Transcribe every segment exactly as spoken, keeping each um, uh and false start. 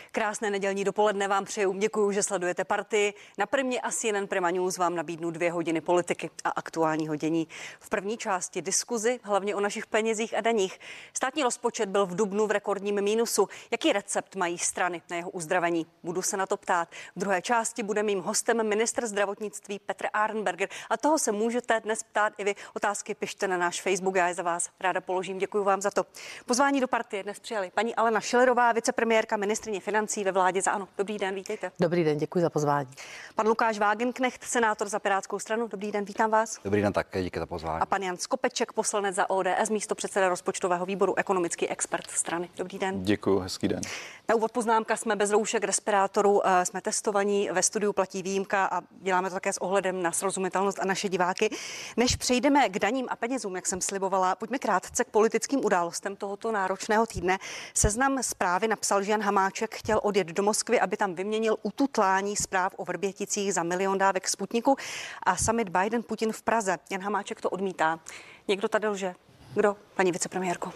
Krásné nedělní dopoledne vám přeju. Děkuji, že sledujete Partii. Na Primě a C N N Prima News vám nabídnu dvě hodiny politiky a aktuálního dění. V první části diskuzi hlavně o našich penězích a daních. Státní rozpočet byl v dubnu v rekordním mínusu. Jaký recept mají strany na jeho uzdravení? Budu se na to ptát. V druhé části bude mým hostem ministr zdravotnictví Petr Arenberger. A toho se můžete dnes ptát i vy. Otázky pište na náš Facebook, já je za vás ráda položím. Děkuji vám za to. Pozvání do Partie dnes přijali paní Alena Schillerová, vicepremiérka, ministryně financí ve vládě za ANO. Dobrý den, vítejte. Dobrý den, děkuji za pozvání. Pan Lukáš Wagenknecht, senátor za Pirátskou stranu. Dobrý den, vítám vás. Dobrý den, také díky za pozvání. A pan Jan Skopeček, poslanec za O D S, místopředseda rozpočtového výboru, ekonomický expert strany. Dobrý den. Děkuji, hezký den. Na úvod poznámka, jsme bez roušek, respirátorů, jsme testovaní, ve studiu platí výjimka a děláme to také s ohledem na srozumitelnost a naše diváky. Než přejdeme k daním a penězům, jak jsem slibovala, pojďme krátce k politickým událostem tohoto náročného týdne. Seznam zprávy napsal, že Jan Hamáček chtěl odjet do Moskvy, aby tam vyměnil ututlání zpráv o Vrběticích za milion dávek Sputniku a summit Biden-Putin v Praze. Jan Hamáček to odmítá. Někdo tady lže? Kdo, paní vicepremiérko?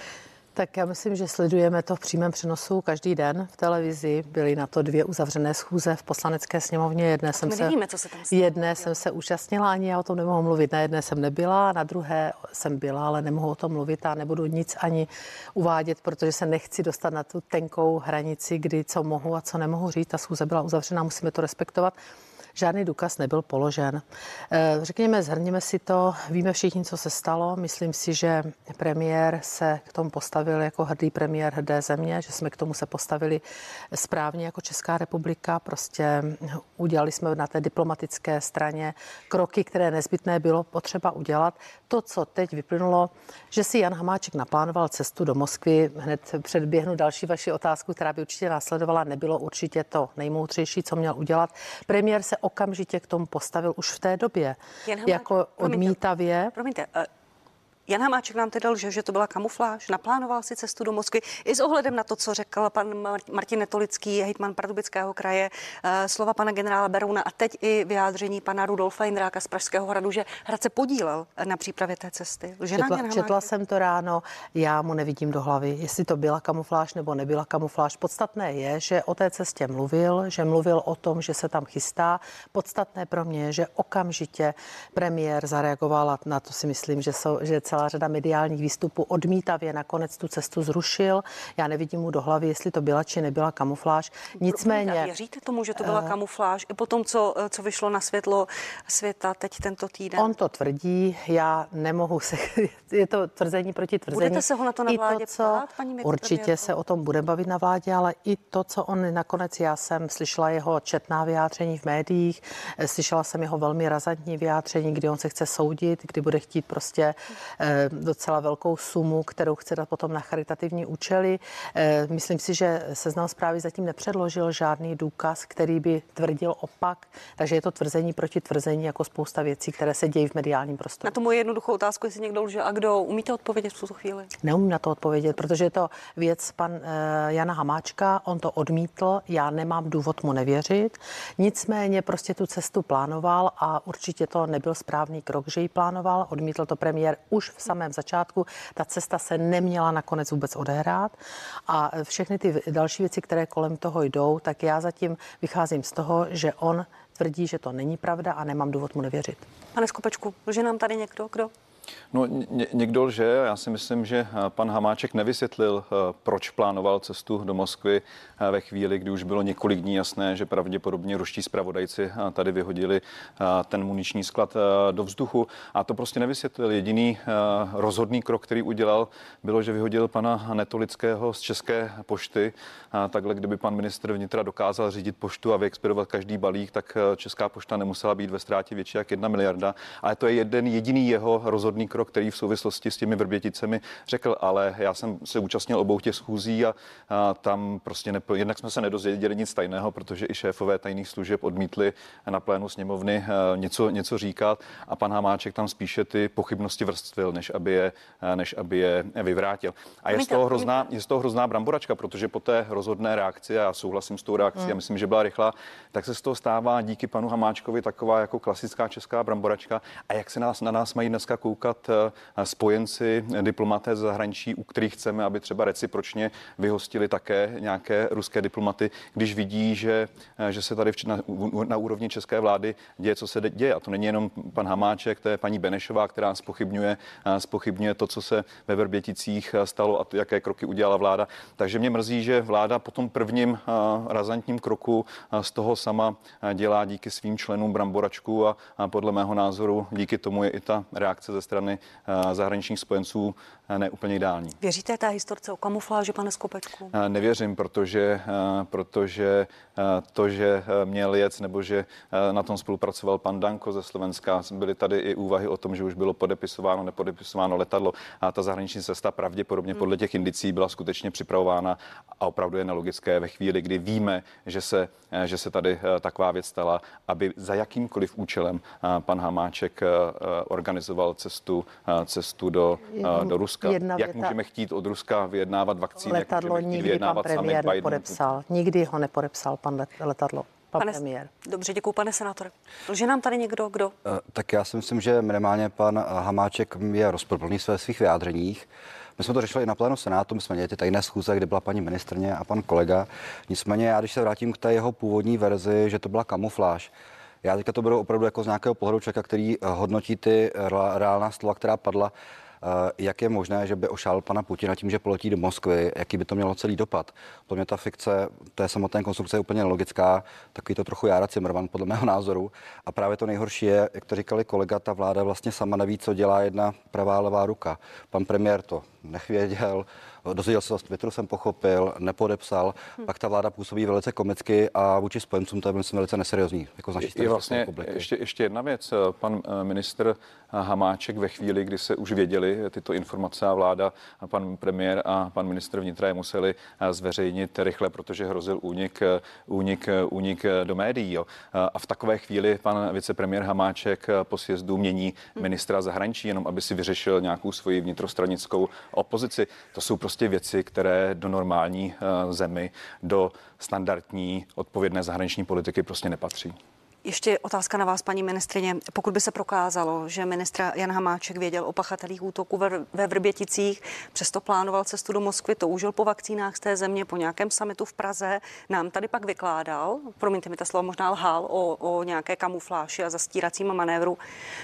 Tak já myslím, že sledujeme to v přímém přenosu každý den v televizi. Byly na to dvě uzavřené schůze v Poslanecké sněmovně. Jedné jsem se, nevíme, co se tam stalo. jedné jsem se účastnila, ani já o tom nemohu mluvit. Na jedné jsem nebyla, na druhé jsem byla, ale nemohu o tom mluvit a nebudu nic ani uvádět, protože se nechci dostat na tu tenkou hranici, kdy co mohu a co nemohu říct. Ta schůze byla uzavřená, musíme to respektovat. Žádný důkaz nebyl položen. Řekněme, zhrněme si to, víme všichni, co se stalo. Myslím si, že premiér se k tomu postavil jako hrdý premiér hrdé země, že jsme k tomu se postavili správně jako Česká republika. Prostě udělali jsme na té diplomatické straně kroky, které nezbytné bylo potřeba udělat. To, co teď vyplynulo, že si Jan Hamáček naplánoval cestu do Moskvy, hned předběhnu další vaši otázku, která by určitě následovala, nebylo určitě to nejmoudřejší, co měl udělat. Premiér se okamžitě k tomu postavil už v té době. Hamáček, jako odmítavě. Promiňte, promiňte. Jan Hamáček nám tedy lže, že to byla kamufláž, naplánoval si cestu do Moskvy i s ohledem na to, co řekl pan Martin Netolický, hejtman Pardubického kraje, slova pana generála Berouna a teď i vyjádření pana Rudolfa Jindráka z Pražského hradu, že Hrad se podílel na přípravě té cesty. Lže Četla, nám četla jsem to ráno, já mu nevidím do hlavy, jestli to byla kamufláž nebo nebyla kamufláž. Podstatné je, že o té cestě mluvil, že mluvil o tom, že se tam chystá. Podstatné pro mě je, že okamžitě premiér zareagoval na to, si myslím, že, jsou, že celá řada mediálních výstupů odmítavě nakonec tu cestu zrušil. Já nevidím mu do hlavy, jestli to byla či nebyla kamufláž. Nicméně... Věříte tomu, že to byla uh, kamufláž i po tom, co, co vyšlo na světlo světa teď tento týden? On to tvrdí, já nemohu se... Je to tvrzení proti tvrzení. Budete se ho na to na vládě to, co, ptát, paní určitě se o tom budeme bavit na vládě, ale i to, co on nakonec, já jsem slyšela jeho četná vyjádření v médiích, slyšela jsem jeho velmi razantní vyjádření, kdy on se chce soudit, kdy bude chtít prostě docela velkou sumu, kterou chce dát potom na charitativní účely. Myslím si, že Seznam Zprávy zatím nepředložil žádný důkaz, který by tvrdil opak, takže je to tvrzení proti tvrzení jako spousta věcí, které se dějí v mediálním prostoru. Na tu moji jednoduchou otázku, jestli někdo lže a kdo, umíte odpovědět v tuto chvíli? Neumím na to odpovědět, protože je to věc pan uh, Jana Hamáčka, on to odmítl, já nemám důvod mu nevěřit. Nicméně prostě tu cestu plánoval a určitě to nebyl správný krok, že ji plánoval, odmítl to premiér už v samém začátku. Ta cesta se neměla nakonec vůbec odehrát a všechny ty další věci, které kolem toho jdou, tak já zatím vycházím z toho, že on tvrdí, že to není pravda a nemám důvod mu nevěřit. Pane Skopečku, lže nám tady někdo? Kdo? No, ně, někdo lže. Já si myslím, že pan Hamáček nevysvětlil, proč plánoval cestu do Moskvy ve chvíli, kdy už bylo několik dní jasné, že pravděpodobně ruští zpravodajci tady vyhodili ten muniční sklad do vzduchu. A to prostě nevysvětlil. Jediný rozhodný krok, který udělal, bylo, že vyhodil pana Netolického z České pošty. Takhle, kdyby pan ministr vnitra dokázal řídit poštu a vyexpedovat každý balík, tak Česká pošta nemusela být ve ztrátě větší jak jedna miliarda. Ale to je jeden jediný jeho rozhodný krok, který v souvislosti s těmi Vrběticemi řekl, ale já jsem se účastnil obou těch schůzí a, a tam prostě nepo, jednak jsme se nedozvěděli nic tajného, protože i šéfové tajných služeb odmítli na plénu sněmovny něco, něco říkat a pan Hamáček tam spíše ty pochybnosti vrstvil, než aby je, než aby je vyvrátil. A je z toho hrozná, je z toho hrozná bramboračka, protože po té rozhodné reakci, a já souhlasím s tou reakcí, hmm. a myslím, že byla rychlá, tak se z toho stává díky panu Hamáčkovi taková jako klasická česká bramboračka. A jak se nás na nás mají dneska koukat poslouchat spojenci, diplomaté z zahraničí, u kterých chceme, aby třeba recipročně vyhostili také nějaké ruské diplomaty, když vidí, že, že se tady na, na úrovni české vlády děje, co se děje. A to není jenom pan Hamáček, to je paní Benešová, která zpochybňuje, zpochybňuje to, co se ve Vrběticích stalo a to, jaké kroky udělala vláda. Takže mě mrzí, že vláda po tom prvním razantním kroku z toho sama dělá díky svým členům bramboračku a, a podle mého názoru díky tomu je i ta reakce ze strany zahraničních spojenců ne úplně ideální. Věříte té historce o kamufláži, pane Skopečku? Nevěřím, protože, protože to, že měl jet nebo že na tom spolupracoval pan Danko ze Slovenska, byly tady i úvahy o tom, že už bylo podepisováno, nepodepisováno letadlo a ta zahraniční cesta pravděpodobně hmm. podle těch indicí byla skutečně připravována a opravdu je nelogické ve chvíli, kdy víme, že se, že se tady taková věc stala, aby za jakýmkoliv účelem pan Hamáček organizoval cestu, cestu do, do Ruska. Jak věta, můžeme chtít od Ruska vyjednávat vakcíny? Letadlo nikdy pan premiér nepodepsal. Nikdy ho nepodepsal pan let, letadlo. Pan pane, premiér. Dobře, děkuji, pane senátore. Lže nám tady někdo, kdo? Tak já si myslím, že minimálně pan Hamáček je rozporplný ve svých vyjádřeních. My jsme to řešili i na plénu Senátu, my jsme měli ty tajné schůze, kde byla paní ministryně a pan kolega. Nicméně já, když se vrátím k té jeho původní verzi, že to byla kamufláž, já teďka to beru opravdu jako z nějakého pohledu člověka, který hodnotí ty reálná slova, která padla. Jak je možné, že by ošál pana Putina tím, že poletí do Moskvy, jaký by to mělo celý dopad? Pro mě ta fikce, to je samotné konstrukce je úplně nelogická, takový to trochu Jára Cimrman, podle mého názoru. A právě to nejhorší je, jak to říkali kolega, ta vláda vlastně sama neví, co dělá jedna pravá levá ruka. Pan premiér to nevěděl, dozvěděl se z Twitteru, jsem pochopil, nepodepsal, hmm. pak ta vláda působí velice komicky a vůči spojencům to je myslím velice neseriózní. Jako z naší je vlastně ještě, ještě jedna věc. Pan ministr Hamáček ve chvíli, kdy se už věděli tyto informace a vláda a pan premiér a pan ministr vnitra je museli zveřejnit rychle, protože hrozil únik, únik, únik do médií. Jo. A v takové chvíli pan vicepremiér Hamáček po sjezdu mění ministra zahraničí, jenom aby si vyřešil nějakou svoji vnitrostranickou opozici. To jsou prostě věci, které do normální zemi, do standardní odpovědné zahraniční politiky prostě nepatří. Ještě otázka na vás, paní ministrině. Pokud by se prokázalo, že ministr Jan Hamáček věděl o pachatelích útoku ve, ve Vrběticích, přesto plánoval cestu do Moskvy, toužil po vakcínách z té země, po nějakém summitu v Praze, nám tady pak vykládal, promiňte mi ta slova, možná lhal o, o nějaké kamufláši a zastíracím manévru.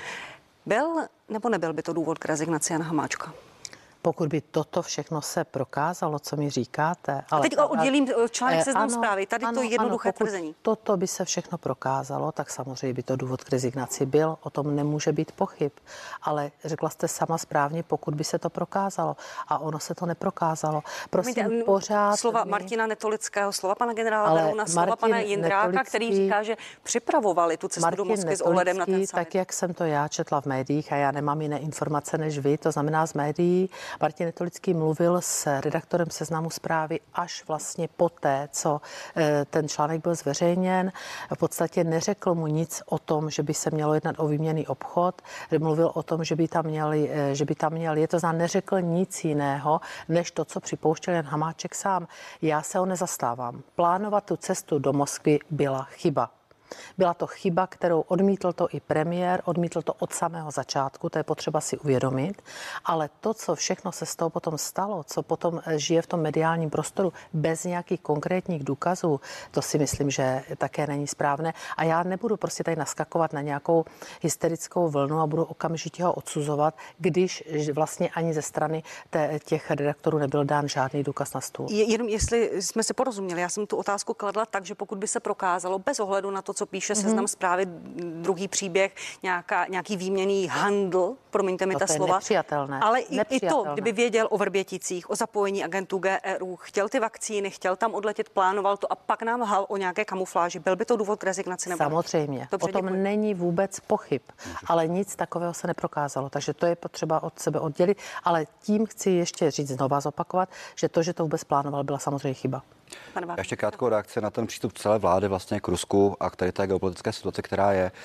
Byl nebo nebyl by to důvod k rezignaci Jana Hamáčka? Pokud by toto všechno se prokázalo, co mi říkáte. Ale a teď oddělím článek Seznam Zprávy. Tady ano, to jednoduché ano, tvrzení. Toto by se všechno prokázalo, tak samozřejmě by to důvod k rezignaci byl. O tom nemůže být pochyb. Ale řekla jste sama správně, pokud by se to prokázalo. A ono se to neprokázalo. Prosím, Můžete, pořád... Slova my... Martina Netolického, slova pana generála Berouna, slova Martin pana Jindráka, Netolický, který říká, že připravovali tu cestu Martin do Moskvy s ohledem na ten summit. Tak, jak jsem to já četla v médiích, a já nemám jiné informace než vy, to znamená z médií, Martin Netolický mluvil s redaktorem Seznamu Zprávy až vlastně poté, co ten článek byl zveřejněn. V podstatě neřekl mu nic o tom, že by se mělo jednat o výměnný obchod. Mluvil o tom, že by tam měli, že by tam měl, je to znamená, neřekl nic jiného, než to, co připouštěl Jan Hamáček sám. Já se ho nezastávám. Plánovat tu cestu do Moskvy byla chyba. Byla to chyba, kterou odmítl to i premiér, odmítl to od samého začátku, to je potřeba si uvědomit, ale to, co všechno se z toho potom stalo, co potom žije v tom mediálním prostoru bez nějakých konkrétních důkazů, to si myslím, že také není správné a já nebudu prostě tady naskakovat na nějakou hysterickou vlnu a budu okamžitě ho odsuzovat, když vlastně ani ze strany té, těch redaktorů nebyl dán žádný důkaz na stůl. Jenom jestli jsme si porozuměli, já jsem tu otázku kladla tak, že pokud by se prokázalo bez ohledu na to, co píše Seznam Zprávy, druhý příběh, nějaká, nějaký výměnný handl, promiňte mi to ta to slova. Nepřijatelné. Ale i, nepřijatelné. i to, kdyby věděl o Vrběticích, o zapojení agentů G R U, chtěl ty vakcíny, chtěl tam odletět, plánoval to a pak nám lhal o nějaké kamufláži. Byl by to důvod k rezignaci? Nebo? Samozřejmě. Dobře, o tom děkuji. Není vůbec pochyb, ale nic takového se neprokázalo, takže to je potřeba od sebe oddělit, ale tím chci ještě říct, znova zopakovat, že to, že to vůbec plánoval, byla samozřejmě chyba. Ještě krátkou reakci na ten přístup celé vlády vlastně k Rusku a k tady té geopolitické situaci, která je.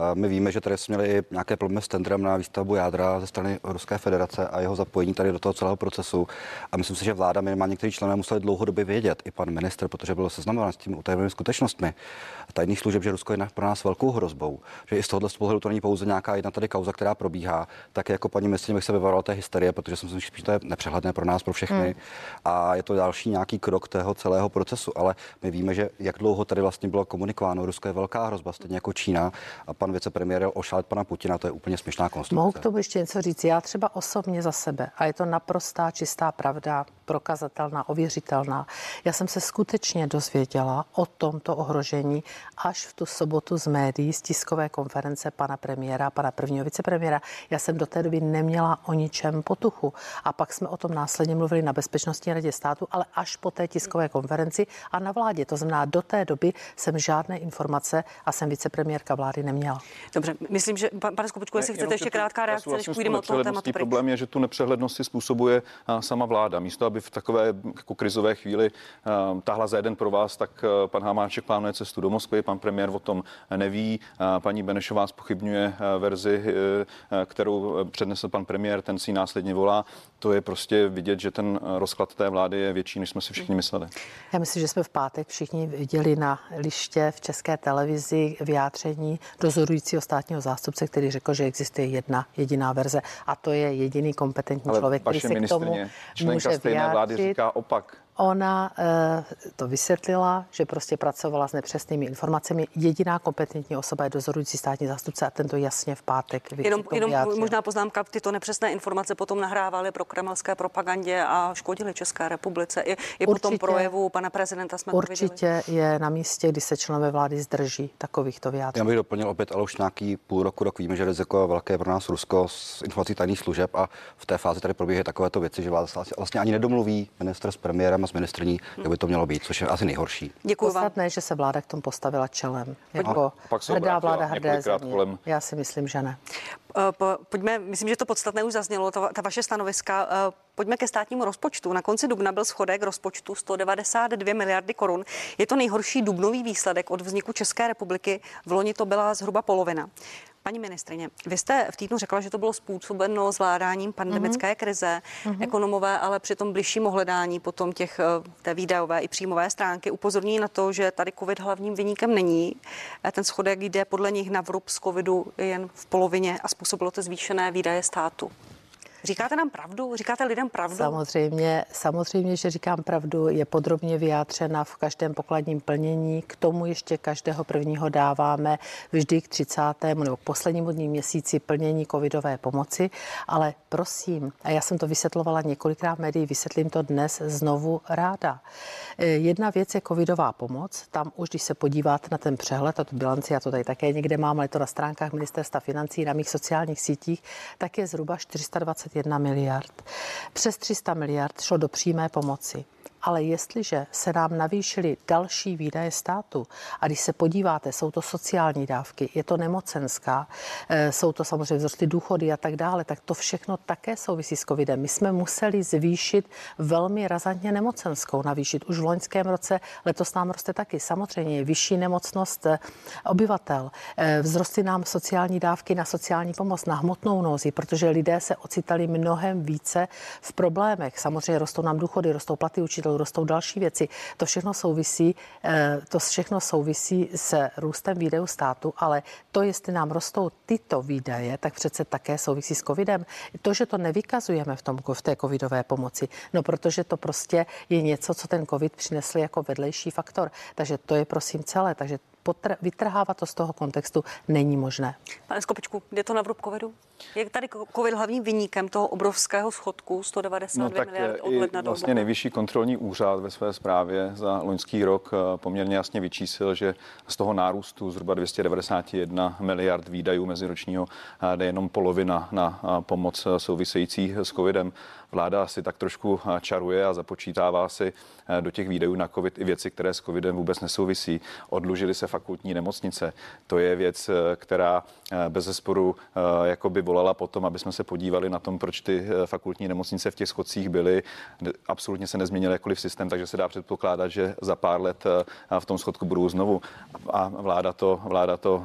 My víme, že tady jsme měli nějaké problémy s tendrem na výstavbu jádra ze strany Ruské federace a jeho zapojení tady do toho celého procesu. A myslím si, že vláda minimálně někteří členové museli dlouhodobě vědět, i pan ministr, protože byl seznamován s tím utajenými skutečnostmi tajných služeb, že Rusko je pro nás velkou hrozbou. Že i z tohohle pohledu to není pouze nějaká jedna tady kauza, která probíhá, tak jako paní ministryně bych se vyvaroval té hysterie, protože jsem si spíš to je nepřehledné pro nás, pro všechny. Hmm. A je to další nějaký krok toho celého procesu, ale my víme, že jak dlouho tady vlastně bylo komunikováno, Rusko je velká hrozba, stejně jako Čína, a pan vicepremiér ošálit pana Putina, to je úplně směšná konstrukce. Mohu k tomu ještě něco říct? Já třeba osobně za sebe, a je to naprostá čistá pravda, prokazatelná, ověřitelná. Já jsem se skutečně dozvěděla o tomto ohrožení až v tu sobotu z médií, z tiskové konference pana premiéra, pana prvního vicepremiéra. Já jsem do té doby neměla o ničem potuchu. A pak jsme o tom následně mluvili na Bezpečnostní radě státu, ale až po té tiskové konferenci a na vládě. To znamená, do té doby jsem žádné informace a jsem vicepremiérka vlády neměla. Dobře, myslím, že pane Skopečku, jestli chcete ještě krátká reakce, než půjdeme od toho tématu pryč. Problém je, že tu nepřehlednost si způsobuje sama vláda. Místo, aby v takové jako krizové chvíli uh, tahla za jeden pro vás, tak uh, pan Hamáček plánuje cestu do Moskvy, pan premiér o tom neví, uh, paní Benešová zpochybňuje uh, verzi, uh, kterou přednesl pan premiér, ten si následně volá. To je prostě vidět, že ten rozklad té vlády je větší, než jsme si všichni mysleli. Já myslím, že jsme v pátek všichni viděli na liště v České televizi vyjádření dozorujícího státního zástupce, který řekl, že existuje jedna jediná verze a to je jediný kompetentní Ale člověk, který se k tomu může vyjádřit. Vlády říká opak. Ona e, to vysvětlila, že prostě pracovala s nepřesnými informacemi. Jediná kompetentní osoba je dozorující státní zástupce a tento jasně v pátek Jenom, jenom možná poznámka, tyto nepřesné informace potom nahrávaly pro kremelské propagandě a škodily České republice. I, i po tom projevu pana prezidenta jsme určitě to viděli. Je na místě, kdy se členové vlády zdrží takovýchto vyjádření. Já bych doplnil opět, ale už nějaký půl roku, rok víme, že riziko je velké pro nás Rusko s informací tajných služeb a v té fázi tady probíhají takovéto věci, že vláda vlastně ani nedomluví ministr s premiérem a s ministryní, jak by to mělo být, což je asi nejhorší. Děkuji vám. Podstatné, že se vláda k tomu postavila čelem. Jako hrdá vláda, hrdé země. Kolem... Já si myslím, že ne. Pojďme, myslím, že to podstatné už zaznělo, ta, ta vaše stanoviska. Pojďme ke státnímu rozpočtu. Na konci dubna byl schodek rozpočtu sto devadesát dvě miliardy korun. Je to nejhorší dubnový výsledek od vzniku České republiky. V loni to byla zhruba polovina. Paní ministryně, vy jste v týdnu řekla, že to bylo způsobeno zvládáním pandemické mm-hmm. krize. Mm-hmm. Ekonomové ale při tom bližším ohledání potom těch té výdajové i příjmové stránky upozorní na to, že tady covid hlavním viníkem není. Ten schodek jde podle nich na vrub z covidu jen v polovině a způsobilo to zvýšené výdaje státu. Říkáte nám pravdu? Říkáte lidem pravdu? Samozřejmě, samozřejmě, že říkám pravdu, je podrobně vyjádřena v každém pokladním plnění. K tomu ještě každého prvního dáváme vždy k třicátému nebo k poslednímu dní měsíci plnění covidové pomoci. Ale prosím, a já jsem to vysvětlovala několikrát v médiích, vysvětlím to dnes znovu ráda. Jedna věc je covidová pomoc. Tam už, když se podíváte na ten přehled, a tu bilanci, já to tady také někde mám, ale to na stránkách Ministerstva financí, na mých sociálních sítích, tak je zhruba čtyři sta dvacet jedna miliard. Přes tři sta miliard šlo do přímé pomoci. Ale jestliže se nám navýšily další výdaje státu, a když se podíváte, jsou to sociální dávky, je to nemocenská, jsou to samozřejmě vzrostly důchody a tak dále, tak to všechno také souvisí s covidem. My jsme museli zvýšit velmi razantně nemocenskou, navýšit už v loňském roce, letos nám roste taky. Samozřejmě je vyšší nemocnost obyvatel. Vzrostly nám sociální dávky na sociální pomoc, na hmotnou nouzi, protože lidé se ocitali mnohem více v problémech. Samozřejmě rostou nám důchody, rostou platy učitelů, rostou další věci. To všechno souvisí, to všechno souvisí s růstem výdajů státu, ale to, jestli nám rostou tyto výdaje, tak přece také souvisí s covidem. To, že to nevykazujeme v tom, v té covidové pomoci, no protože to prostě je něco, co ten covid přinesl jako vedlejší faktor. Takže to je prosím celé. Takže potr- vytrhávat to z toho kontextu není možné. Pane Skopečku, jde to na vrub covidu? Je tady covid hlavním viníkem toho obrovského schodku sto devadesát dvě no, miliard od ledna do vlastně nejvyšší kontrolní úřad ve své zprávě za loňský rok poměrně jasně vyčísil, že z toho nárůstu zhruba dvě stě devadesát jedna miliard výdajů meziročního jde jenom polovina na pomoc související s covidem. Vláda si tak trošku čaruje a započítává si do těch výdajů na covid i věci, které s covidem vůbec nesouvisí. Odlužili se fakultní nemocnice. To je věc, která bezesporu jakoby volala potom, aby jsme se podívali na tom, proč ty fakultní nemocnice v těch schodcích byly. Absolutně se nezměnil jakkoliv systém, takže se dá předpokládat, že za pár let v tom schodku budou znovu. A vláda to, vláda to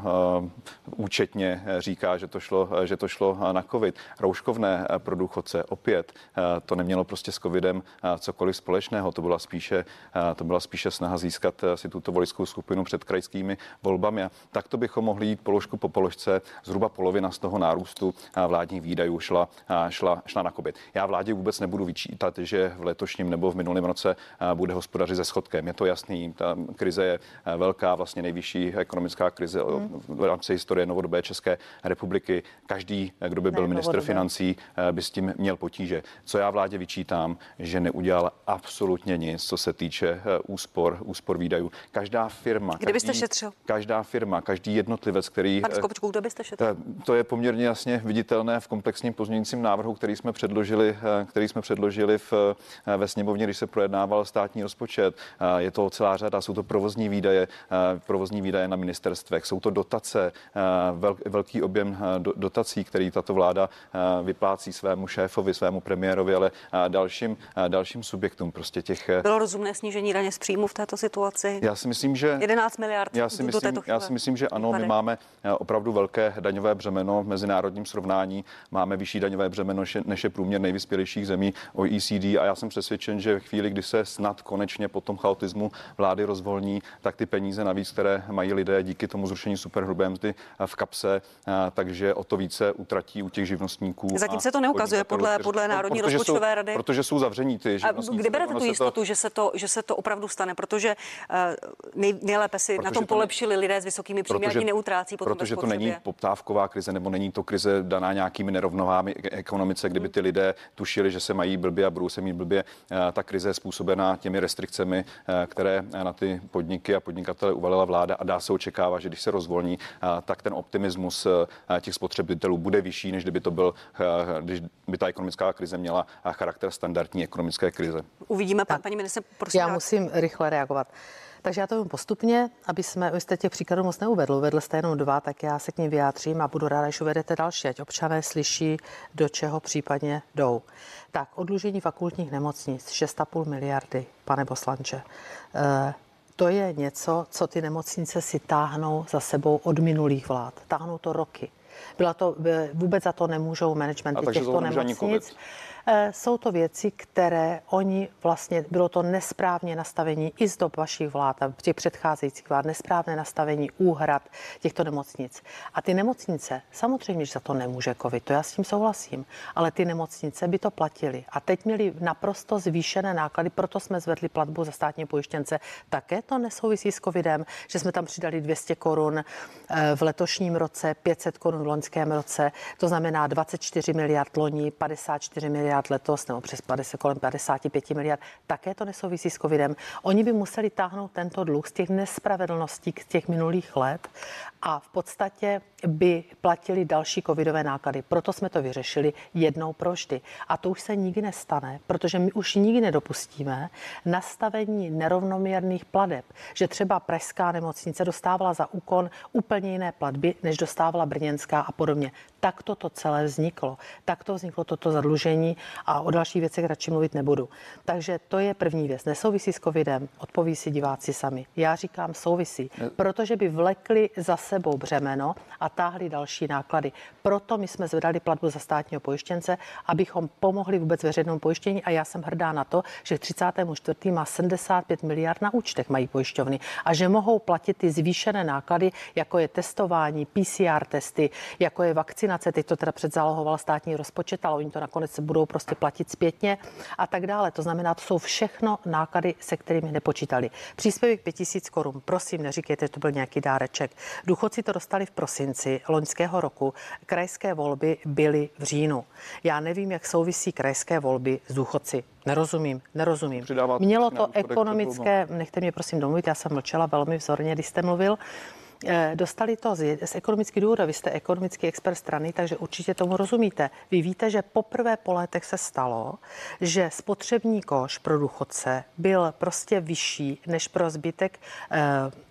účetně říká, že to šlo, že to šlo na covid. Rouškovné pro důchodce opět, to nemělo prostě s covidem cokoliv společného. To byla spíše, to byla spíše snaha získat si tuto voličskou skupinu před krajskými volbami. Tak to bychom mohli jít položku po položce. Zhruba polovina z toho nárůstu vládních výdajů šla, šla, šla na covid. Já vládě vůbec nebudu vyčítat, že v letošním nebo v minulém roce bude hospodařit se schodkem. Je to jasný. Ta krize je velká, vlastně nejvyšší ekonomická krize v rámci historie novodobé České republiky. Každý, kdo by byl ne, ministr novodobé. financí, by s tím měl potíže. Co já vládě vyčítám, že neudělal absolutně nic, co se týče úspor, úspor výdajů. Každá firma, Kde byste každý, šetřil? Každá firma, každý jednotlivec, který... Pane Skopečku, kde byste šetřil? To je poměrně jasně viditelné v komplexním pozměňujícím návrhu, který jsme předložili, který jsme předložili v, ve sněmovně, když se projednával státní rozpočet. Je to celá řada, jsou to provozní výdaje, provozní výdaje na ministerstvech, jsou to dotace, vel, velký objem dotací, který tato vláda vyplácí svému šéfovi, svému premiérovi, ale dalším, dalším subjektům. Prostě těch... Bylo rozumné snížení daně z příjmu v této situaci? Já si myslím, že... jedenáct miliard já si do myslím, této chvíle. Já si myslím, že ano, my máme opravdu velké daňové břemeno v mezinárodním srovnání. Máme vyšší daňové břemeno, než je průměr nejvyspělejších zemí O E C D a já jsem přesvědčen, že v chvíli, kdy se snad konečně po tom chaotismu vlády rozvolní, tak ty peníze navíc, které mají lidé díky tomu zrušení superhrubé mzdy v kapse, takže o to více utratí u těch živnostníků. Zatím se to neukazuje podle, podle Národní protože rozpočtové jsou, rady. Protože jsou zavření ty živnostníci. Kde berete tu jistotu, to... že, se to, že se to opravdu stane? Protože uh, nej, nejlépe si protože na tom polepšili to... lidé s vysokými příjmy, ani neutrácí potom Protože to není poptávková krize, nebo není to krize daná nějakými nerovnovámi ekonomice, kdyby ty lidé tušili, že se mají blbě a budou se mít blbě. Ta krize je způsobená těmi restrikcemi, které na ty podniky a podnikatele uvalila vláda a dá se očekávat, že když se rozvolní, tak ten optimismus těch spotřebitelů bude vyšší, než kdyby to byl, když by ta ekonomická krize měla charakter standardní ekonomické krize. Uvidíme, pan, paní ministře, prosím. Já dát. musím rychle reagovat. Takže já to vím postupně, aby jsme, vy jste těch příkladů moc neuvedl, uvedl jste jenom dva, tak já se k ním vyjádřím a budu ráda, že uvedete další, ať občané slyší, do čeho případně jdou. Tak, odlužení fakultních nemocnic, šest a půl miliardy, pane poslanče. E, to je něco, co ty nemocnice si táhnou za sebou od minulých vlád. Táhnou to roky. Byla to, vůbec za to nemůžou managementy těchto nemocnic. Jsou to věci, které oni vlastně, bylo to nesprávně nastavení i z dob vašich vlád a těch předcházejících vlád, nesprávné nastavení úhrad těchto nemocnic. A ty nemocnice, samozřejmě, že za to nemůže covid, to já s tím souhlasím, ale ty nemocnice by to platily. A teď měli naprosto zvýšené náklady, proto jsme zvedli platbu za státní pojištěnce. Také to nesouvisí s covidem, že jsme tam přidali dvě stě korun v letošním roce, pět set korun v loňském roce, to znamená dvacet čtyři miliard loni, padesát čtyři miliard letos, nebo přes padesát, kolem padesát pět miliard, také to nesouvisí s covidem. Oni by museli táhnout tento dluh z těch nespravedlností z těch minulých let a v podstatě by platili další covidové náklady. Proto jsme to vyřešili jednou provždy. A to už se nikdy nestane, protože my už nikdy nedopustíme nastavení nerovnoměrných plateb, že třeba pražská nemocnice dostávala za úkon úplně jiné platby, než dostávala brněnská a podobně. Tak to to celé vzniklo. Tak to vzniklo toto zadlužení a o dalších věcech radši mluvit nebudu. Takže to je první věc. Nesouvisí s covidem, odpoví si diváci sami. Já říkám souvisí, protože by vlekli za sebou břemeno a táhli další náklady. Proto my jsme zvedali platbu za státního pojištěnce, abychom pomohli vůbec veřejnému pojištění a já jsem hrdá na to, že třicátého čtvrtého má sedmdesát pět miliard na účtech mají pojišťovny a že mohou platit ty zvýšené náklady, jako je testování, P C R testy, jako je vakcinace, teď to teda předzálohoval státní rozpočet, ale oni to nakonec budou prostě platit zpětně a tak dále. To znamená, to jsou všechno náklady, se kterými nepočítali. Příspěvek pět tisíc korun, prosím, neříkejte, že to byl nějaký dáreček. Důchodci to dostali v prosinci loňského roku. Krajské volby byly v říjnu. Já nevím, jak souvisí krajské volby s důchodci. Nerozumím, nerozumím. Mělo to ekonomické, nechte mě prosím domluvit, já jsem mlčela velmi vzorně, když jste mluvil. Dostali to z, z ekonomických důvodů. Vy jste ekonomický expert strany, takže určitě tomu rozumíte. Vy víte, že poprvé po letech se stalo, že spotřební koš pro důchodce byl prostě vyšší než pro zbytek eh,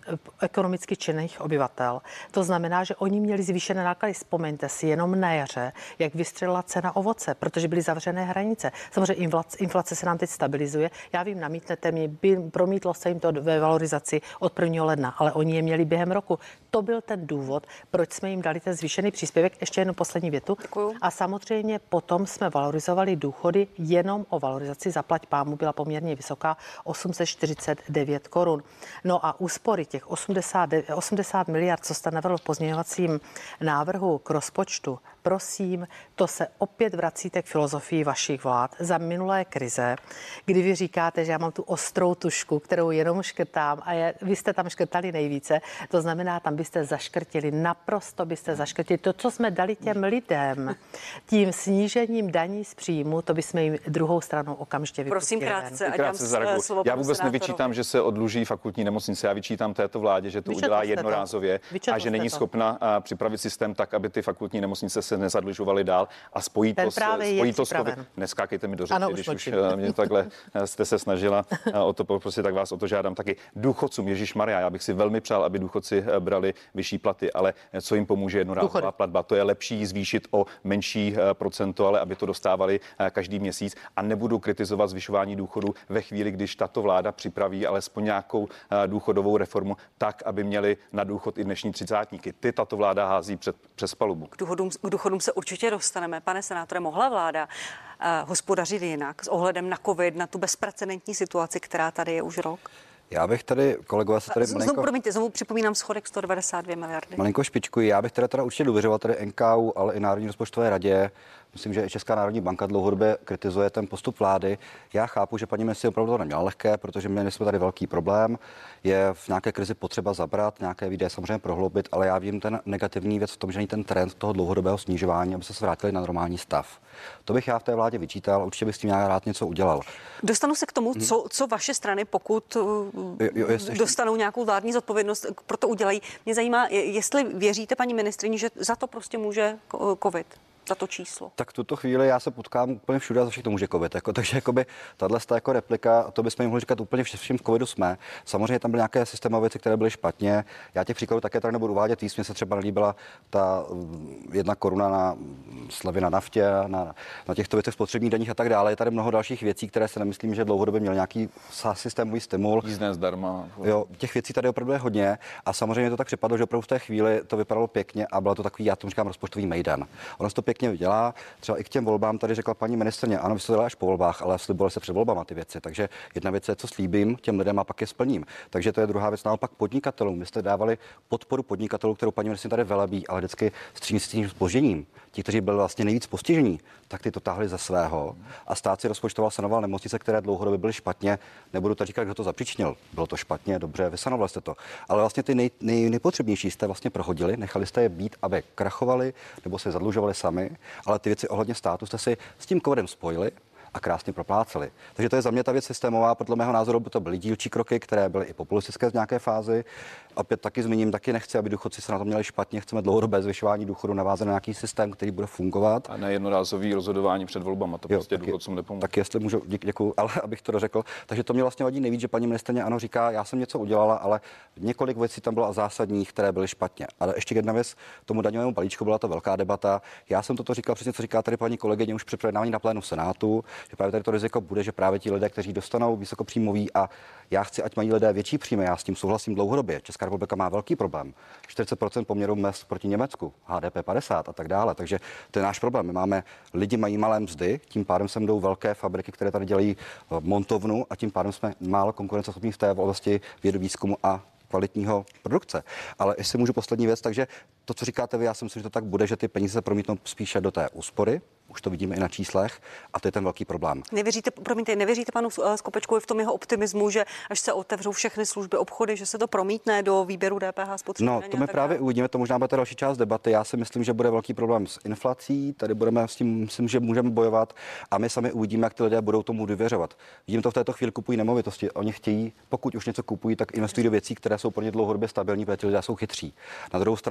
ekonomicky činných obyvatel. To znamená, že oni měli zvýšené náklady. Vzpomeňte si jenom na jaře, jak vystřelila cena ovoce, protože byly zavřené hranice. Samozřejmě inflace, inflace se nám teď stabilizuje. Já vím, namítnete mi, by, promítlo se jim to ve valorizaci od prvního ledna, ale oni je měli během roku. To byl ten důvod, proč jsme jim dali ten zvýšený příspěvek. Ještě jednu poslední větu. Děkuju. A samozřejmě potom jsme valorizovali důchody, jenom o valorizaci zaplať pámu byla poměrně vysoká, osm set čtyřicet devět korun. No a úspory těch osmdesát, osmdesát miliard, co jste navrhl v pozměňovacím návrhu k rozpočtu, prosím, to se opět vracíte k filozofii vašich vlád za minulé krize, kdy vy říkáte, že já mám tu ostrou tušku, kterou jenom škrtám a je, vy jste tam škrtali nejvíce, to znamená, tam byste zaškrtili, naprosto byste zaškrtili to, co jsme dali těm lidem, tím snížením daní z příjmu, to bychom jim druhou stranou okamžitě vypustili. Prosím krátce, ať Krátce zareaguji. Já vůbec nevyčítám, že se odluží fakultní nemocnice. Já vyčítám této vládě, že to Vyčetl udělá jste jednorázově to. a že není to. schopna a, připravit systém tak, aby ty fakultní nemocnice se nezadlužovaly dál a spojí Ten to, s- spojí to s COVID. Neskákejte mi do řeči, Ano, když už už a, mě takhle a, jste se snažila a, o to poprosit, tak vás o to žádám taky. Důchodcům, ježišmarja, já bych si velmi přál, aby důchodci a, brali vyšší platy, ale co jim pomůže jednorázová Důchody. platba? To je lepší zvýšit o menší a, procento, ale aby to dostávali a, každý měsíc a nebudu kritizovat zvyšování důchodu ve chvíli, když tato vláda připraví alespoň nějakou a, důchodovou reformu tak, aby měli na důchod i dnešní třicátníky. Ty tato vláda hází před, přes palubu. K důchodům, k důchodům se určitě dostaneme. Pane senátore, mohla vláda uh, hospodařit jinak s ohledem na covid, na tu bezprecedentní situaci, která tady je už rok? Já bych tady, kolegové, se tady Znovu, malinko, promiňte, znovu připomínám schodek sto devadesát dvě miliardy. malinko špičkuji. Já bych teda, teda určitě důvěřoval tady N K U, ale i Národní rozpočtové radě. Myslím, že i Česká národní banka dlouhodobě kritizuje ten postup vlády. Já chápu, že paní ministryně opravdu to neměla lehké, protože měli jsme tady velký problém. Je v nějaké krizi potřeba zabrat, nějaké výdaje samozřejmě prohloubit, ale já vím ten negativní věc v tom, že není ten trend toho dlouhodobého snižování, aby se vrátili na normální stav. To bych já v té vládě vyčítal, určitě bych s tím nějak rád něco udělal. Dostanu se k tomu, co, co vaše strany, pokud uh, Jo, jo, jestli- dostanou nějakou vládní zodpovědnost, pro to udělají. Mě zajímá, je- jestli věříte paní ministryni, že za to prostě může ko- covid. Za to číslo. Tak v tuto chvíli já se potkám úplně všude a za všechno může covid. Jako, takže jakoby tahle jako replika, to bychom jim mohli říkat úplně všem v covidu jsme. Samozřejmě tam byly nějaké systémové věci, které byly špatně. Já těch příkladů také tak nebudu uvádět víc. Mně se třeba nelíbila ta mm, jedna koruna na slevy na naftě, na, na těchto věcech spotřebních daních a tak dále. Je tady mnoho dalších věcí, které se nemyslím, že dlouhodobě měl nějaký systémový stimul. Jízdné zdarma. Jo, těch věcí tady opravdu je hodně a samozřejmě to tak připadlo, že opravdu v té chvíli to vypadalo pěkně a bylo to takový, já tomu říkám, rozpočtový mejdan. Ono se to pěkně vydělá. Třeba i k těm volbám tady řekla paní ministryně, ano, vy se to dělá až po volbách, ale slibovali se před volbama ty věci. Takže jedna věc je, co slíbím těm lidem a pak je splním. Takže to je druhá věc. Naopak podnikatelům. Vy jste dávali podporu podnikatelů, kterou paní ministryně tady velebí, ale vždycky s tříměsíčním zpožděním. Ti, kteří byli vlastně nejvíc postižení, tak ty to táhli ze svého a stát si rozpočtoval, sanoval nemocnice, které dlouhodobě byly špatně. Nebudu to říkat, kdo to zapříčinil. Bylo to špatně, dobře, vysanovali jste to. Ale vlastně ty nej, nej, nejpotřebnější jste vlastně prohodili, nechali jste je být, aby krachovali nebo se zadlužovali sami, ale ty věci ohledně státu jste si s tím covidem spojili a krásně propláceli. Takže to je za mě ta věc systémová. Podle mého názoru by to byly dílčí kroky, které byly i populistické z nějaké fázi. Opět taky zmíním, taky nechci, aby důchodci se na to měli špatně. Chceme dlouhodobé zvyšování důchodu navázat na nějaký systém, který bude fungovat. A ne jednorázový rozhodování před volbama, to Jo, prostě taky- důchodcům nepomůže. Tak jestli můžu, dě, děkuju, ale abych to dořekl. Takže to mě vlastně vadí nejvíc, že paní ministryně ano říká, já jsem něco udělala, ale několik věcí tam bylo zásadních, které byly špatně. Ale ještě jedna věc, tomu daňovému balíčku byla to velká debata. Já jsem toto říkal přesně, co říká tady paní kolegyně už při projednávání na plénu Senátu, že právě tady to riziko bude, že právě ti lidé, kteří dostanou vysokopříjmový a já chci, ať mají lidé větší příjmy, já s tím souhlasím dlouhodobě. Česká republika má velký problém. čtyřicet procent poměru mezd proti Německu, H D P padesát a tak dále. Takže to je náš problém. My máme lidi mají malé mzdy, tím pádem sem jdou velké fabriky, které tady dělají montovnu a tím pádem jsme málo konkurenceschopní v té oblasti vědy, výzkumu a kvalitního produkce. Ale jestli můžu poslední věc, takže to, co říkáte vy, já si myslím, že to tak bude, že ty peníze se promítnou spíše do té úspory. Už to vidíme i na číslech a to je ten velký problém. Nevěříte, promiňte, nevěříte panu Skopečkovi v tom jeho optimismu, že až se otevřou všechny služby, obchody, že se to promítne do výběru D P H spotřební No, daně to a my tak právě dále? uvidíme, to možná bude ta další část debaty. Já si myslím, že bude velký problém s inflací, tady budeme s tím, myslím, že můžeme bojovat a my sami uvidíme, jak ty lidé budou tomu důvěřovat. Vidím to v této chvíli, kupují nemovitosti. Oni chtějí, pokud už něco kupují, tak investují do věcí, které jsou pro ně dlouhodobě stabilní, protože ti lidé jsou chytří. Na druhou stranu a v tuto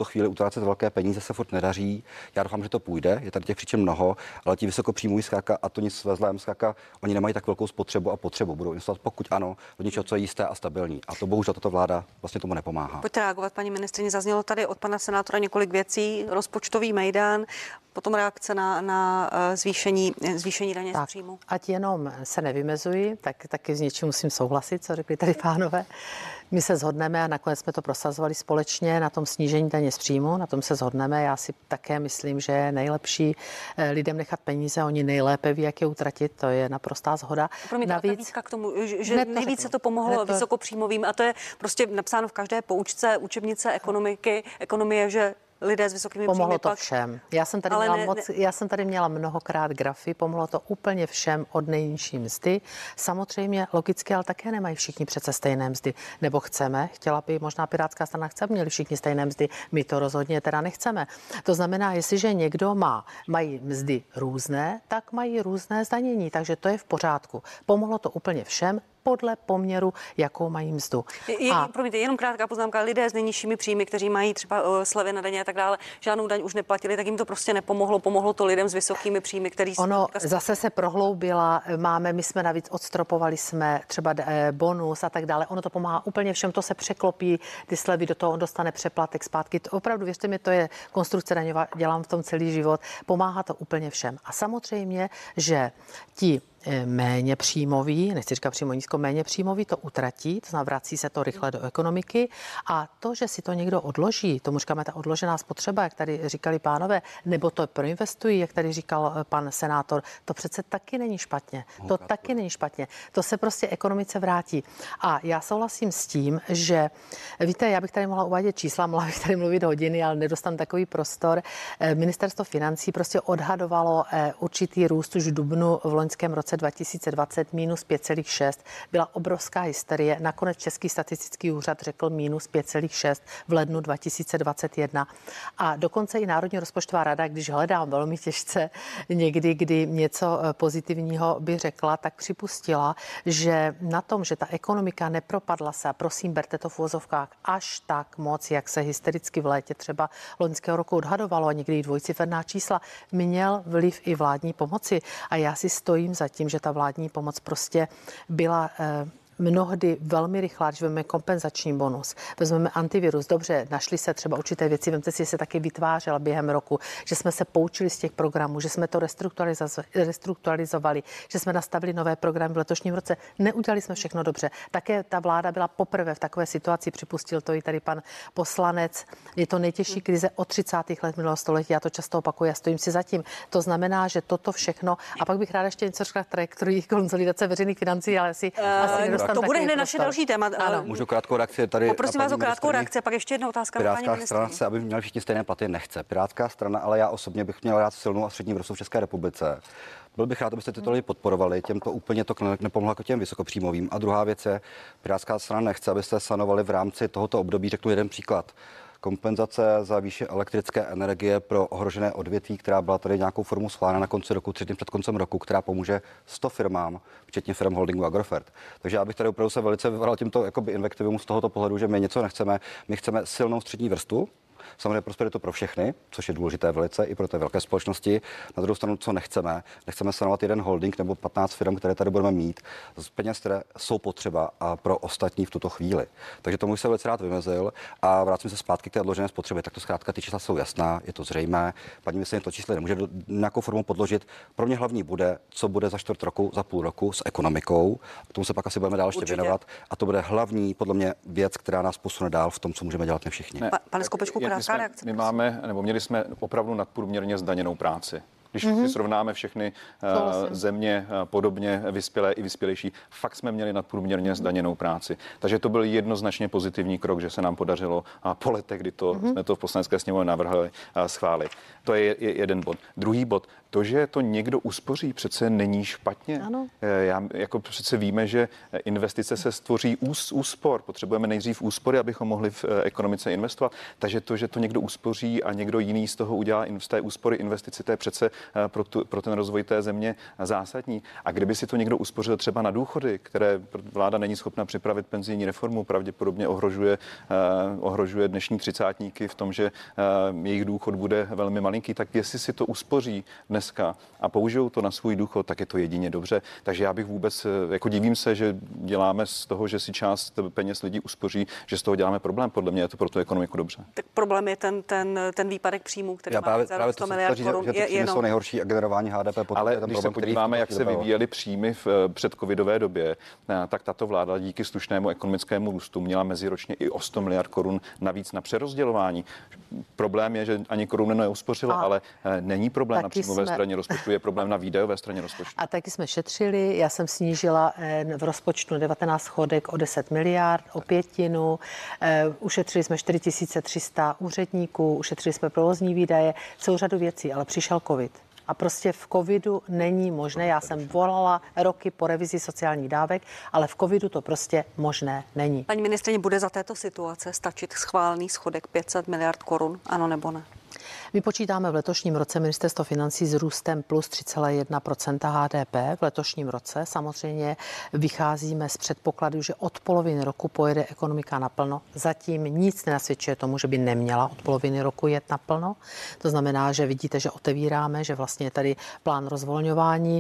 chvíli utrácet velké peníze se furt nedaří. Já doufám, že to půjde, je tady těch příčin mnoho, ale ti vysokopříjmoví skáka, a to nic ve zlém skáka, oni nemají tak velkou spotřebu a potřebu. Budou investovat, pokud ano, do něčeho, co je jisté a stabilní. A to bohužel tato vláda vlastně tomu nepomáhá. Pojďte reagovat, paní ministryně. Zaznělo tady od pana senátora několik věcí. Rozpočtový mejdan, potom reakce na, na zvýšení, zvýšení daně z příjmu. Ať jenom se nevymezuji, tak taky s něčím musím souhlasit, co řekli tady pánové. My se shodneme a nakonec jsme to prosazovali společně na tom snížení daně z příjmu, na tom se shodneme. Já si také myslím, že je nejlepší lidem nechat peníze, oni nejlépe ví, jak je utratit, to je naprostá shoda. Promiňte, navíc k tomu, že nejvíce to pomohlo to... vysokopříjmovým a to je prostě napsáno v každé poučce učebnice ekonomiky, ekonomie, že lidé s vysokými pomohlo příjmy to pak... všem. Já jsem, tady měla ne, moc, ne... já jsem tady měla mnohokrát grafy, pomohlo to úplně všem od nejnižší mzdy. Samozřejmě logicky, ale také nemají všichni přece stejné mzdy. Nebo chceme, chtěla by, možná Pirátská strana chce, aby měli všichni stejné mzdy. My to rozhodně teda nechceme. To znamená, jestliže někdo má, mají mzdy různé, tak mají různé zdanění. Takže to je v pořádku. Pomohlo to úplně všem, podle poměru, jakou mají mzdu. Je, a... Promiňte, jenom krátká poznámka. Lidé s nejnižšími příjmy, kteří mají třeba uh, slevy na daně a tak dále, žádnou daň už neplatili, tak jim to prostě nepomohlo. Pomohlo to lidem s vysokými příjmy, který ono zase se prohloubila. Máme, my jsme navíc odstropovali jsme třeba eh, bonus a tak dále. Ono to pomáhá úplně všem, to se překlopí, ty slevy do toho, on dostane přeplatek zpátky. To opravdu, věřte mi, to je konstrukce daňová, dělám v tom celý život. Pomáhá to úplně všem. A samozřejmě, že ti méně příjmový, nechci říkat přímo nízko, méně příjmový to utratí, to znamená vrací se to rychle do ekonomiky a to, že si to někdo odloží, tomu říkáme ta odložená spotřeba, jak tady říkali pánové, nebo to proinvestují, jak tady říkal pan senátor, to přece taky není špatně. To taky není špatně. To se prostě ekonomice vrátí. A já souhlasím s tím, že víte, já bych tady mohla uvádět čísla, mohla bych tady mluvit hodiny, ale nedostanu takový prostor. Ministerstvo financí prostě odhadovalo určitý růst už v dubnu v loňském roce dva tisíce dvacet minus pět celá šest. Byla obrovská hysterie. Nakonec Český statistický úřad řekl minus pět celá šest v lednu dva tisíce dvacet jedna. A dokonce i Národní rozpočtová rada, když hledám velmi těžce někdy, kdy něco pozitivního by řekla, tak připustila, že na tom, že ta ekonomika nepropadla se, a prosím, berte to v uvozovkách, až tak moc, jak se hystericky v létě třeba loňského roku odhadovalo a někdy i dvojciferná čísla, měl vliv i vládní pomoci. A já si stojím za tím, že ta vládní pomoc prostě byla eh, mnohdy velmi rychlá, když vezmeme kompenzační bonus, vezmeme antivirus. Dobře, našly se třeba určité věci, vemte si, že se taky vytvářela během roku, že jsme se poučili z těch programů, že jsme to restrukturalizovali, že jsme nastavili nové programy v letošním roce. Neudělali jsme všechno dobře. Také ta vláda byla poprvé v takové situaci, připustil to i tady pan poslanec. Je to nejtěžší krize od třicátých let minulého století, já to často opakuju, já stojím si za tím. To znamená, že toto všechno, a pak bych ráda ještě něco řekla k trajektorii konsolidace veřejných financí, ale asi, uh, asi to bude hned naše další téma. Ano. Můžu krátkou reakci tady. Poprosím vás o krátkou reakci, pak ještě jedna otázka na paní ministryni. Pirátská strana chce, aby měli všichni stejné platy, nechce. Pirátská strana, ale já osobně bych měl rád silnou a střední vrstvu v České republice. Byl bych rád, abyste tyto lidi podporovali, těm to úplně to nepomohlo jako těm vysokopříjmovým. A druhá věc je, Pirátská strana nechce, abyste sanovali v rámci tohoto období, řeknu jeden příklad. Kompenzace za výši elektrické energie pro ohrožené odvětví, která byla tady nějakou formu schválena na konci roku, třetím před koncem roku, která pomůže sto firmám, včetně firm holdingu Agrofert. Takže já bych tady opravdu se velice vyvaral tímto jakoby invektivům z tohoto pohledu, že my něco nechceme, my chceme silnou střední vrstvu. Samozřejmě prosperitu pro všechny, což je důležité velice i pro té velké společnosti. Na druhou stranu, co nechceme, nechceme sanovat jeden holding nebo patnáct firm, které tady budeme mít, z peněz, které jsou potřeba a pro ostatní v tuto chvíli. Takže tomu se velice rád vymezil a vrátím se zpátky k té odložené spotřebě. Tak to zkrátka ty čísla jsou jasná, je to zřejmé. Paní ministryně to číslo nemůže do nějakou formou podložit. Pro mě hlavní bude, co bude za čtvrt roku, za půl roku s ekonomikou. K tomu se pak asi budeme dál ještě Určitě. věnovat. A to bude hlavní, podle mě, věc, která nás posune dál v tom, co můžeme dělat my všichni. Pa, pane Skopečku, krátká reakce. My máme, nebo měli jsme opravdu nadprůměrně zdaněnou práci. Když mm-hmm. si srovnáme všechny uh, země uh, podobně vyspělé i vyspělejší, fakt jsme měli nadprůměrně zdaněnou práci. Takže to byl jednoznačně pozitivní krok, že se nám podařilo uh, po letech, kdy to, mm-hmm. jsme to v poslanecké sněmovně navrhli, uh, schválit. To je, je jeden bod. Druhý bod, To, že to někdo uspoří, přece není špatně. Ano. Já, jako přece víme, že investice se stvoří ús, úspor. Potřebujeme nejdřív úspory, abychom mohli v ekonomice investovat. Takže to, že to někdo uspoří a někdo jiný z toho udělá z té úspory investici, to je přece pro, tu, pro ten rozvoj té země zásadní. A kdyby si to někdo uspořil třeba na důchody, které vláda není schopna připravit penzijní reformu, pravděpodobně ohrožuje, ohrožuje dnešní třicátníky v tom, že jejich důchod bude velmi malinký, tak jestli si to uspoří dneska a použijou to na svůj důchod, tak je to jedině dobře. Takže já bych vůbec, jako divím se, že děláme z toho, že si část peněz lidí uspoří, že z toho děláme problém. Podle mě je to pro tu ekonomiku dobře. Tak problém je ten, ten, ten výpadek příjmů, který já má právě, za právě sto miliard korun. Že ty příjmy jsou nejhorší a generování H D P. Ale když se podíváme, jak se vyvíjely příjmy v předcovidové době, tak tato vláda díky slušnému ekonomickému růstu měla meziročně i o sto miliard korun navíc na přerozdělování. Problém je, že ani korunu neuspořila, ale není problém na příjmové jsme... straně rozpočtu, je problém na výdajové straně rozpočtu. A taky jsme šetřili, já jsem snížila v rozpočtu devatenáct schodek o deset miliard, o pětinu, ušetřili jsme čtyři tisíce tři sta úředníků, ušetřili jsme provozní výdaje, celou řadu věcí, ale přišel covid. A prostě v covidu není možné, já jsem volala roky po revizi sociálních dávek, ale v covidu to prostě možné není. Paní ministryně, bude za této situace stačit schválený schodek pět set miliard korun, ano nebo ne? My počítáme v letošním roce ministerstvo financí s růstem plus tři celá jedna procenta H D P v letošním roce. Samozřejmě vycházíme z předpokladu, že od poloviny roku pojede ekonomika naplno. Zatím nic nenasvědčuje tomu, že by neměla od poloviny roku jet naplno. To znamená, že vidíte, že otevíráme, že vlastně je tady plán rozvolňování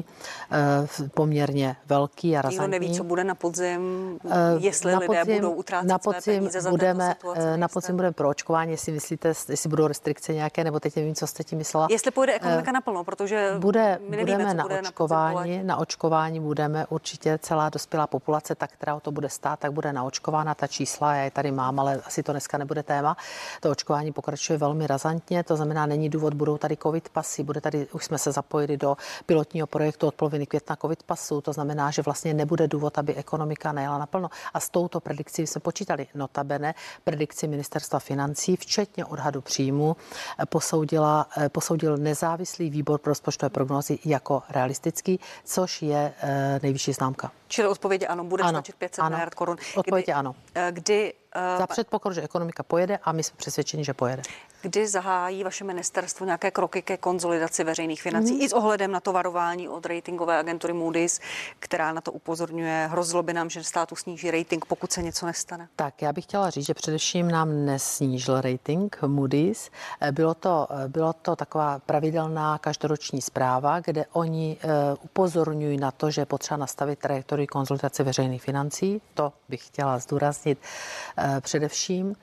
e, poměrně velký a razantní. Nikdo neví, co bude na podzim, jestli na lidé podzim, budou utrácet na podzim své peníze za budeme, této situace. Na podzim budeme pro očkování, jestli myslíte, jestli budou restrikce nějaké, nebo teď nevím, co jste tím myslela. Jestli půjde ekonomika naplno, protože bude, my nevíme, budeme co na bude očkování, na, na očkování budeme určitě celá dospělá populace, tak která o to bude stát, tak bude naočkována. Ta čísla, já je tady mám, ale asi to dneska nebude téma. To očkování pokračuje velmi razantně, to znamená, není důvod, budou tady covid pasy, bude tady, už jsme se zapojili do pilotního projektu od poloviny května covid pasu, to znamená, že vlastně nebude důvod, aby ekonomika nejela naplno. A s touto predikcí jsme počítali. Notabene predikci ministerstva financí, včetně odhadu příjmu, posoudila, posoudil nezávislý výbor pro rozpočtové prognózy jako realistický, což je e, nejvyšší známka. Čili odpověď ano, bude ano, stačit pět set ano, miliard korun. Odpověď ano. Kdy, uh, Za předpokladu, že ekonomika pojede a my jsme přesvědčeni, že pojede. Kdy zahájí vaše ministerstvo nějaké kroky ke konsolidaci veřejných financí mm. i s ohledem na to varování od ratingové agentury Moody's, která na to upozorňuje, hrozilo by nám, že státu sníží rating, pokud se něco nestane? Tak já bych chtěla říct, že především nám nesnížil rating Moody's. Bylo to, bylo to taková pravidelná každoroční zpráva, kde oni uh, upozorňují na to, že je potřeba nastavit trajektorii konsolidace veřejných financí. To bych chtěla zdůraznit uh, především.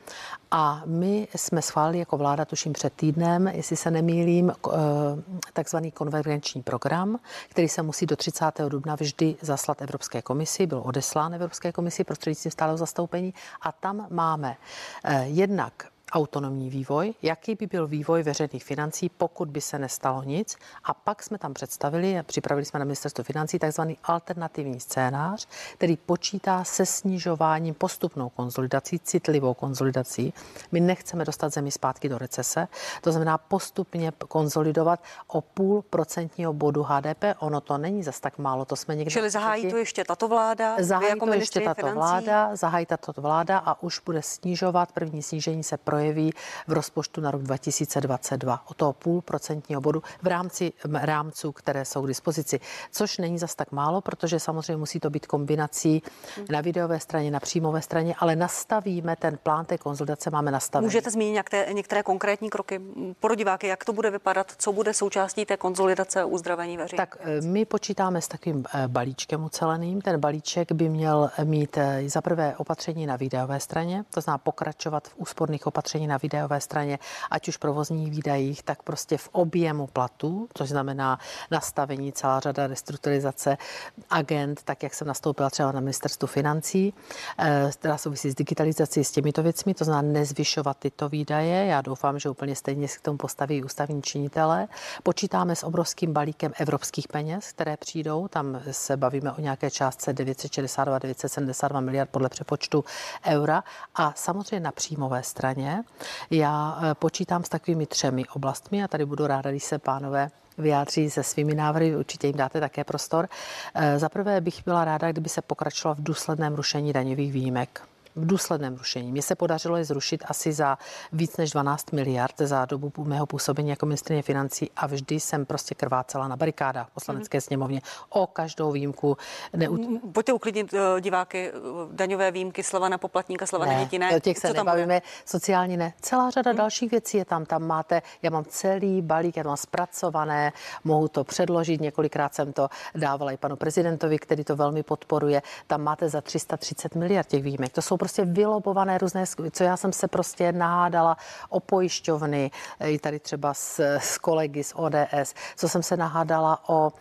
A my jsme schválili jako vláda, tuším před týdnem, jestli se nemýlím, takzvaný konvergenční program, který se musí do třicátého dubna vždy zaslat Evropské komisi, byl odeslán Evropské komisi prostřednictvím stálého zastoupení a tam máme jednak autonomní vývoj, jaký by byl vývoj veřejných financí, pokud by se nestalo nic. A pak jsme tam představili a připravili jsme na ministerstvu financí takzvaný alternativní scénář, který počítá se snižováním postupnou konsolidací, citlivou konsolidací. My nechceme dostat zemi zpátky do recese, to znamená postupně konsolidovat o půl procentního bodu H D P. Ono to není zas tak málo, to jsme někde... Čili zahájí to ještě tato vláda? Zahájí jako to ještě tato financí? vláda, zahájí tato vláda a už bude snižovat, první snížení se projeví v rozpočtu na rok dva tisíce dvacet dva o toho půl procentního bodu v rámci rámců, které jsou k dispozici. Což není zas tak málo, protože samozřejmě musí to být kombinací na videové straně, na příjmové straně, ale nastavíme ten plán té konsolidace, máme nastavený. Můžete zmínit některé, některé konkrétní kroky pro diváky, jak to bude vypadat, co bude součástí té konsolidace a uzdravení veřejných? Tak my počítáme s takovým balíčkem uceleným. Ten balíček by měl mít za prvé opatření na výdajové straně, to znamená pokračovat v úsporných opatření na výdajové straně, ať už provozních výdajích, tak prostě v objemu platů, což znamená nastavení, celá řada restrukturizace agent, tak jak jsem nastoupila třeba na ministerstvu financí, která souvisí s digitalizací, s těmito věcmi, to znamená nezvyšovat tyto výdaje. Já doufám, že úplně stejně se k tomu postaví ústavní činitelé. Počítáme s obrovským balíkem evropských peněz, které přijdou, tam se bavíme o nějaké částce devět set šedesát dva, devět set sedmdesát dva miliard podle přepočtu eura a samozřejmě na příjmové straně já počítám s takovými třemi oblastmi a tady budu ráda, když se pánové vyjádří se svými návrhy, určitě jim dáte také prostor. Za prvé bych byla ráda, kdyby se pokračovalo v důsledném rušení daňových výjimek. V důsledném rušení. Mně se podařilo je zrušit asi za víc než dvanáct miliard za dobu mého působení jako ministryně financí a vždy jsem prostě krvácela na barikádách v Poslanecké sněmovně o každou výjimku. Neut... Pojďte uklidnit uh, diváky, daňové výjimky, sleva na poplatníka, sleva ne, na děti, ne. O těch se Co nebavíme, sociální ne. Celá řada hmm. dalších věcí je tam. Tam máte, já mám celý balík, já to mám zpracované, mohu to předložit, několikrát jsem to dávala i panu prezidentovi, který to velmi podporuje. Tam máte za tři sta třicet miliard těch výjimek. To jsou prostě vylobované různé, co já jsem se prostě nahádala o pojišťovny, i tady třeba s, s kolegy z O D S, co jsem se nahádala o,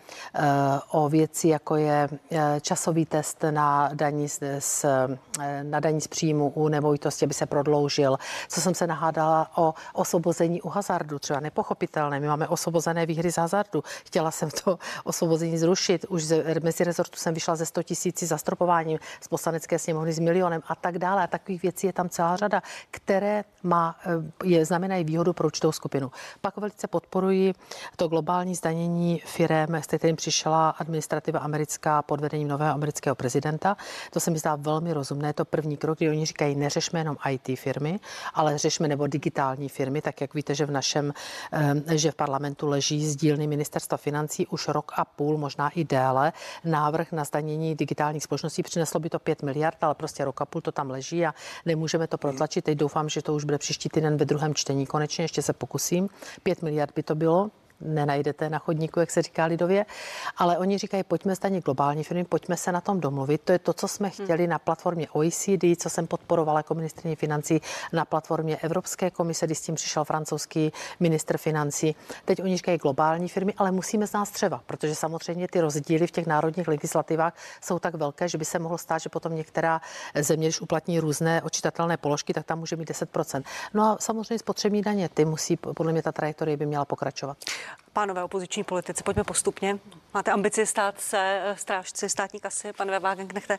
o věci, jako je časový test na daní z, na daní z příjmu u nemovitosti, aby se prodloužil, co jsem se nahádala o osvobození u hazardu, třeba nepochopitelné, my máme osvobozené výhry z hazardu, chtěla jsem to osvobození zrušit, už z mezirezortu jsem vyšla ze sto tisíci zastropováním, z Poslanecké sněmovny s milionem a tak dále. A takových věcí je tam celá řada, které má, je, znamenají výhodu pro určitou skupinu. Pak velice podporuji to globální zdanění firem, s kterým přišla administrativa americká pod vedením nového amerického prezidenta. To se mi zdá velmi rozumné. Je to první krok, kdy oni říkají, neřešme jenom í té firmy, ale řešme nebo digitální firmy, tak jak víte, že v našem, že v parlamentu leží z dílny ministerstva financí už rok a půl, možná i déle, návrh na zdanění digitálních společností. Přineslo by to pět miliard, ale prostě rok a půl to tam leží a nemůžeme to protlačit. Teď doufám, že to už bude příští týden ve druhém čtení. Konečně ještě se pokusím. Pět miliard by to bylo. Nenajdete na chodníku, jak se říká lidově, ale oni říkají, pojďme zdanit globální firmy, pojďme se na tom domluvit. To je to, co jsme chtěli na platformě O E C D, co jsem podporovala jako ministryně financí na platformě Evropské komise, když s tím přišel francouzský ministr financí. Teď oni říkají globální firmy, ale musíme znát střeva, protože samozřejmě ty rozdíly v těch národních legislativách jsou tak velké, že by se mohlo stát, že potom některá země, když uplatní různé odčitatelné položky, tak tam může mít deset procent. No a samozřejmě spotřební daně, ty musí, podle mě ta trajektorie by měla pokračovat. Pánové opoziční politici, pojďme postupně. Máte ambici stát se strážci státní kasy, pane Wagenknechte.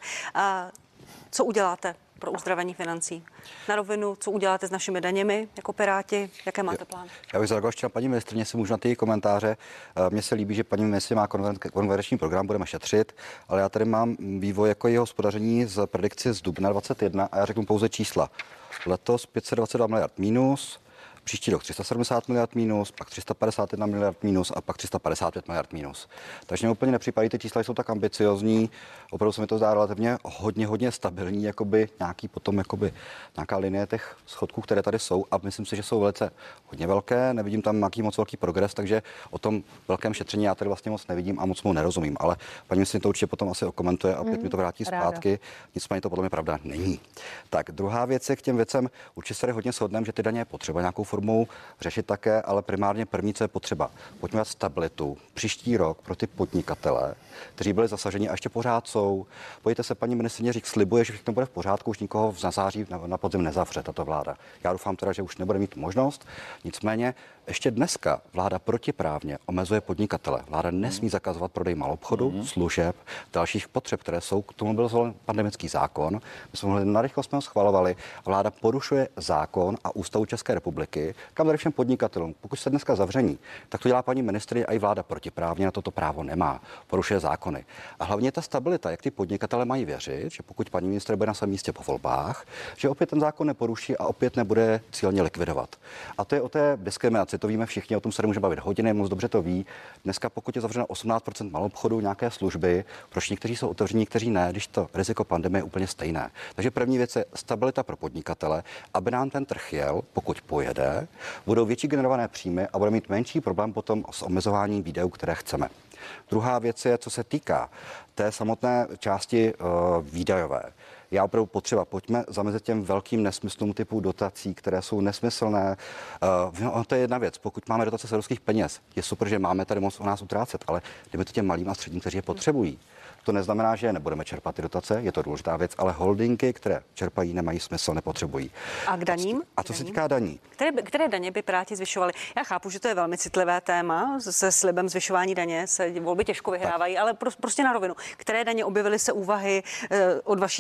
Co uděláte pro uzdravení financí? Na rovinu, co uděláte s našimi daněmi jako Piráti? Jaké máte plán? Já bych zareagoval ještě na paní ministryně, si můžu na ty komentáře. Mně se líbí, že paní ministryně má konvergenční program, budeme šetřit, ale já tady mám vývoj jako jeho hospodaření z predikci z dubna dvacet jedna a já řeknu pouze čísla. Letos pět set dvacet dva miliard minus, příští rok tři sta sedmdesát miliard minus, pak tři sta padesát jedna miliard minus a pak tři sta padesát pět miliard minus. Takže mě úplně nepřipadají, ty čísla jsou tak ambiciozní, opravdu se mi to zdá relativně hodně, hodně stabilní, jakoby nějaký potom jakoby nějaká linie těch schodků, které tady jsou a myslím si, že jsou velice hodně velké, nevidím tam nějaký moc velký progres, takže o tom velkém šetření já tady vlastně moc nevidím a moc mu nerozumím, ale paní ministryně to určitě potom asi okomentuje a opět mm, mi to vrátí ráda zpátky, nicméně to podle mě pravda není. Tak druhá věc je k těm věcem, určitě se tady hodně shodneme, že ty daně je potřeba nějakou formou řešit také, ale primárně první, co je potřeba, pojďme dát stabilitu příští rok pro ty podnikatele, kteří byli zasaženi a ještě pořád jsou. Pojďte se, paní ministryně řík, slibuje, že všechno bude v pořádku, už nikoho v září na, na podzim nezavře tato vláda. Já doufám teda, že už nebude mít možnost. Nicméně ještě dneska vláda protiprávně omezuje podnikatele. Vláda nesmí zakazovat prodej malobchodu, mm. služeb, dalších potřeb, které jsou. K tomu byl zvolen pandemický zákon. My jsme ho narychlo jsme ho schvalovali. Vláda porušuje zákon a ústavu České republiky, kam tady všem podnikatelům. Pokud se dneska zavření, tak to dělá paní ministryně a i vláda protiprávně, na toto právo nemá. Porušuje zákony. A hlavně ta stabilita, jak ty podnikatele mají věřit, že pokud paní ministr bude na svém místě po volbách, že opět ten zákon neporuší a opět nebude cíleně likvidovat. A to je o té diskriminaci, to víme všichni, o tom se může bavit hodiny, moc dobře to ví. Dneska pokud je zavřeno osmnáct procent malobchodu, nějaké služby, proč někteří jsou otevření, někteří ne, když to riziko pandemie je úplně stejné. Takže první věc je stabilita pro podnikatele, aby nám ten trh jel, pokud pojede, budou větší generované příjmy a bude mít menší problém potom s omezováním výdajů, které chceme. Druhá věc je, co se týká té samotné části uh, výdajové. Já opravdu potřeba, pojďme zamezit těm velkým nesmyslům typu dotací, které jsou nesmyslné. Uh, no, to je jedna věc. Pokud máme dotace z evropských peněz, je super, že máme tady moc o nás utrácet, ale jdeme to těm malým a středním, kteří je potřebují. To neznamená, že nebudeme čerpat ty dotace, je to důležitá věc, ale holdingy, které čerpají, nemají smysl, nepotřebují. A k daním? A co se týká daní? Které, které daně by Piráti zvyšovali? Já chápu, že to je velmi citlivé téma, se slibem zvyšování daně se volby těžko vyhrávají, tak. Ale pro, prostě na rovinu. Které daně objevily se úvahy eh, od vaší strany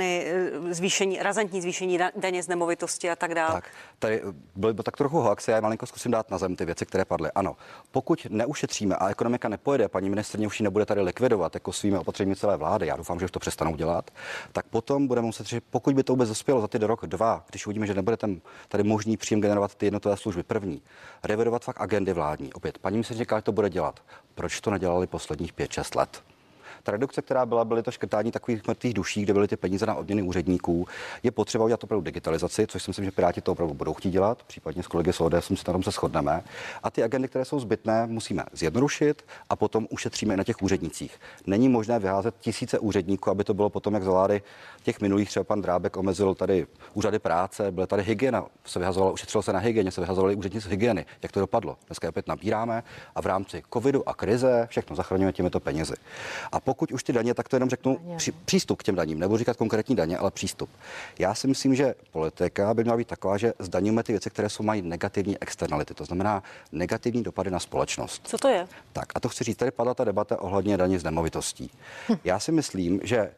plány zvýšení, razantní zvýšení daně z nemovitosti a tak dále. Tak, tady byl by tak trochu hoax, já malinko zkusím dát na zem ty věci, které padly. Ano, pokud neušetříme a ekonomika nepojede, paní ministryně už ji nebude tady likvidovat jako svými opatřeními celé vlády, já doufám, že už to přestanou dělat, tak potom budeme muset říct, pokud by to vůbec dospělo za ty do rok, dva, když uvidíme, že nebude ten tady možný příjem generovat ty jednotlivé služby první, revidovat fakt agendy vládní. Opět, paní ministryně říká, že to bude dělat. Proč to nedělali posledních pět šest let? Ta redukce, která byla, byly to škrtání takových mrtvých duší, kde byly ty peníze na odměny úředníků. Je potřeba udělat opravdu digitalizaci, což si myslím, že Piráti to opravdu budou chtít dělat, případně s kolegy z O D S se na tom se shodneme. A ty agendy, které jsou zbytné, musíme zjednodušit a potom ušetříme i na těch úřednicích. Není možné vyházet tisíce úředníků, aby to bylo potom, jak za vlády těch minulých, třeba pan Drábek omezil tady úřady práce, byla tady hygiena, se vyhazovala, ušetřilo se na hygieně, se vyhazovali úředníci z hygieny. Jak to dopadlo? Dneska opět nabíráme a v rámci covidu a krize všechno zachraňujeme těmito penězi. A pokud už ty daně, tak to jenom řeknu při, přístup k těm daním. Nebudu říkat konkrétní daně, ale přístup. Já si myslím, že politika by měla být taková, že zdaníme ty věci, které jsou mají negativní externality, to znamená negativní dopady na společnost. Co to je? Tak a to chci říct, tady padla ta debata ohledně daně z nemovitostí. Hm. Já si myslím, že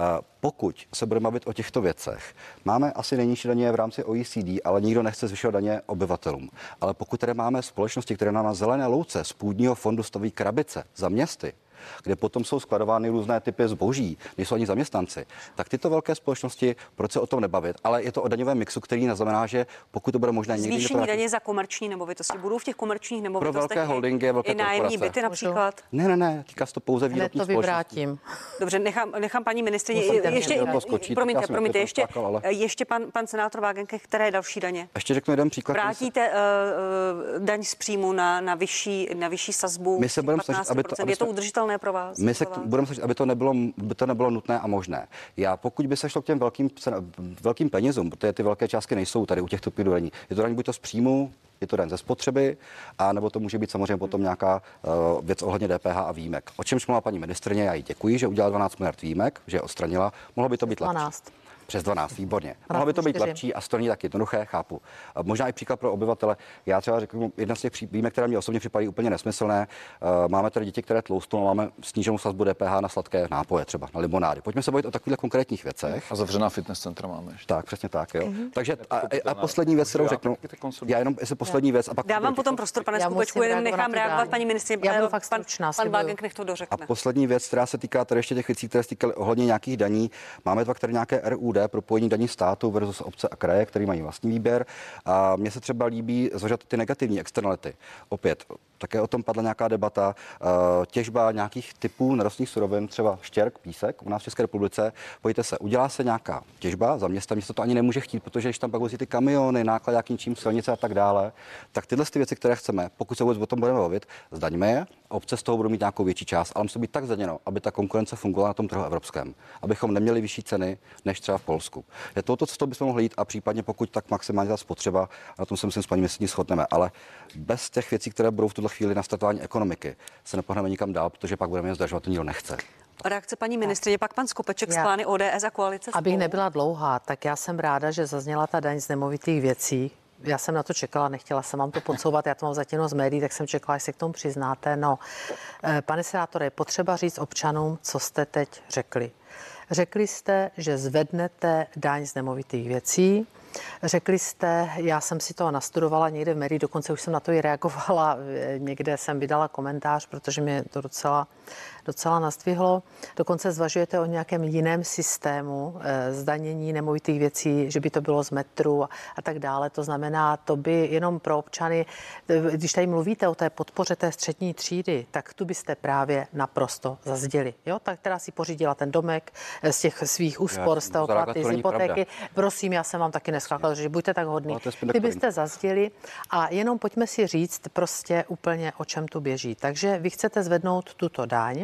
pokud se budeme bavit o těchto věcech, máme asi nejnižší daně v rámci O E C D, ale nikdo nechce zvyšovat daně obyvatelům. Ale pokud tady máme společnosti, které nám na zelené louce z půdního fondu staví krabice za městy, kde potom jsou skladovány různé typy zboží, nejsou ani zaměstnanci, tak tyto velké společnosti, proč se o tom nebavit, ale je to o daňovém mixu, který neznamená, že pokud to bude možné někdy zvýšení daně za komerční nemovitosti, budou v těch komerčních nemovitostech pro velké holdingy, velké i nájemní byty například. Ne, ne, ne, týká se to pouze výrobní to vyvrátím. Dobře, nechám, nechám paní ministryně ještě, skočit, promiňte, promiňte, ještě, skákal, ale... ještě pan, pan senátor Wagenknecht, které další daně? Ještě řeknu jeden příklad. Vrátíte se... uh, daň z příjmu na, na, vyšší, na vyšší sazbu? My se budeme snažit, aby to, aby je to udržitelné pro vás? My se budeme snažit, aby to nebylo, by to nebylo nutné a možné. Já pokud by se šlo k těm velkým, velkým penězům, protože ty velké částky nejsou tady u těchto typů daní. Je to daň buď to z příjmu, je to daň ze spotřeby, a nebo to může být samozřejmě potom nějaká uh, věc ohledně D P H a výjimek. O čemž mluvila paní ministryně, já jí děkuji, že udělala dvanáct miliard výjimek, že je odstranila. Mohlo by to být dvanáct. Lepší. Přes dvanáct, výborně. Mohlo by to být lepší a to není tak jednoduché, chápu. Možná i příklad pro obyvatele. Já třeba řeknu, jedna z těch výjimek, které mě osobně připadají úplně nesmyslné. Máme tady děti, které tloustou, máme sníženou sazbu D P H na sladké nápoje, třeba na limonády. Pojďme se bavit o takových konkrétních věcech. A zavřená fitness centra máme ještě. Tak, přesně tak, jo. Mm-hmm. Takže a, a poslední věc, kterou řeknu. Já jenom jestli poslední věc a pak dávám potom prostor, pane Skopečku, jenom nechám reagovat paní ministryně. Já budu fakt stručná. Pan Wagenknecht to dořekne. A poslední věc, která se týká tady ještě těch věcí, které se týkaly ohledně nějakých daní. Máme dva, které nějaké R U D, propojení daní státu versus obce a kraje, které mají vlastní výběr. A mně se třeba líbí zvažovat ty negativní externality. Opět, také o tom padla nějaká debata. Těžba nějakých typů nerostných surovin, třeba štěrk, písek u nás v České republice. Pojďte se, udělá se nějaká těžba za městem, město to ani nemůže chtít, protože když tam pak vozí ty kamiony, náklad k ničím, silnice a tak dále, tak tyhle ty věci, které chceme, pokud se vůbec o tom budeme bavit, zdaňme je. Obce z toho budou mít nějakou větší část, ale musí být tak zdaněno, aby ta konkurence fungovala na tom trhu evropském, abychom neměli vyšší ceny než třeba v Polsku. Je touto cestou bychom mohli jít a případně pokud tak maximálně ta spotřeba, na tom se myslím s paní ministryní shodneme, ale bez těch věcí, které budou v tuhle chvíli na startování ekonomiky, se nepohneme nikam dál, protože pak budeme je zdražovat, to nikdo nechce. Reakce paní ministryně, pak pan Skopeček z plány O D S a koalice. Abych nebyla dlouhá, tak já jsem ráda, že zazněla ta daň z nemovitých věcí. Já jsem na to čekala, nechtěla jsem vám to podsouvat, já to mám zatím z médií, tak jsem čekala, jestli se k tomu přiznáte. No, pane senátore, je potřeba říct občanům, co jste teď řekli. Řekli jste, že zvednete daň z nemovitých věcí. Řekli jste, já jsem si to nastudovala někde v médii, dokonce už jsem na to i reagovala, někde jsem vydala komentář, protože mě to docela, docela nazdvihlo. Dokonce zvažujete o nějakém jiném systému eh, zdanění nemovitých věcí, že by to bylo z metru a, a tak dále. To znamená, to by jenom pro občany, když tady mluvíte o té podpoře té střední třídy, tak tu byste právě naprosto zazděli. Jo? Tak teda si pořídila ten domek z těch svých úspor, z té platy, z hypotéky. Prosím, já jsem vám taky neskákala, že buďte tak hodný. Ty byste zazděli a jenom pojďme si říct prostě úplně, o čem tu běží. Takže vy chcete zvednout tuto daň.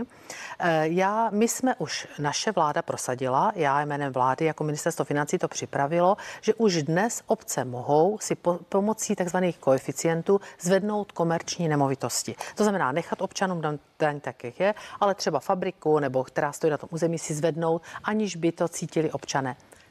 Já, my jsme už, naše vláda prosadila, já jménem vlády jako ministerstvo financí to připravilo, že už dnes obce mohou si po, pomocí takzvaných koeficientů zvednout komerční nemovitosti. To znamená nechat občanům daň, daň tak, jak je, ale třeba fabriku nebo která stojí na tom území si zvednout, aniž by to cítili občané.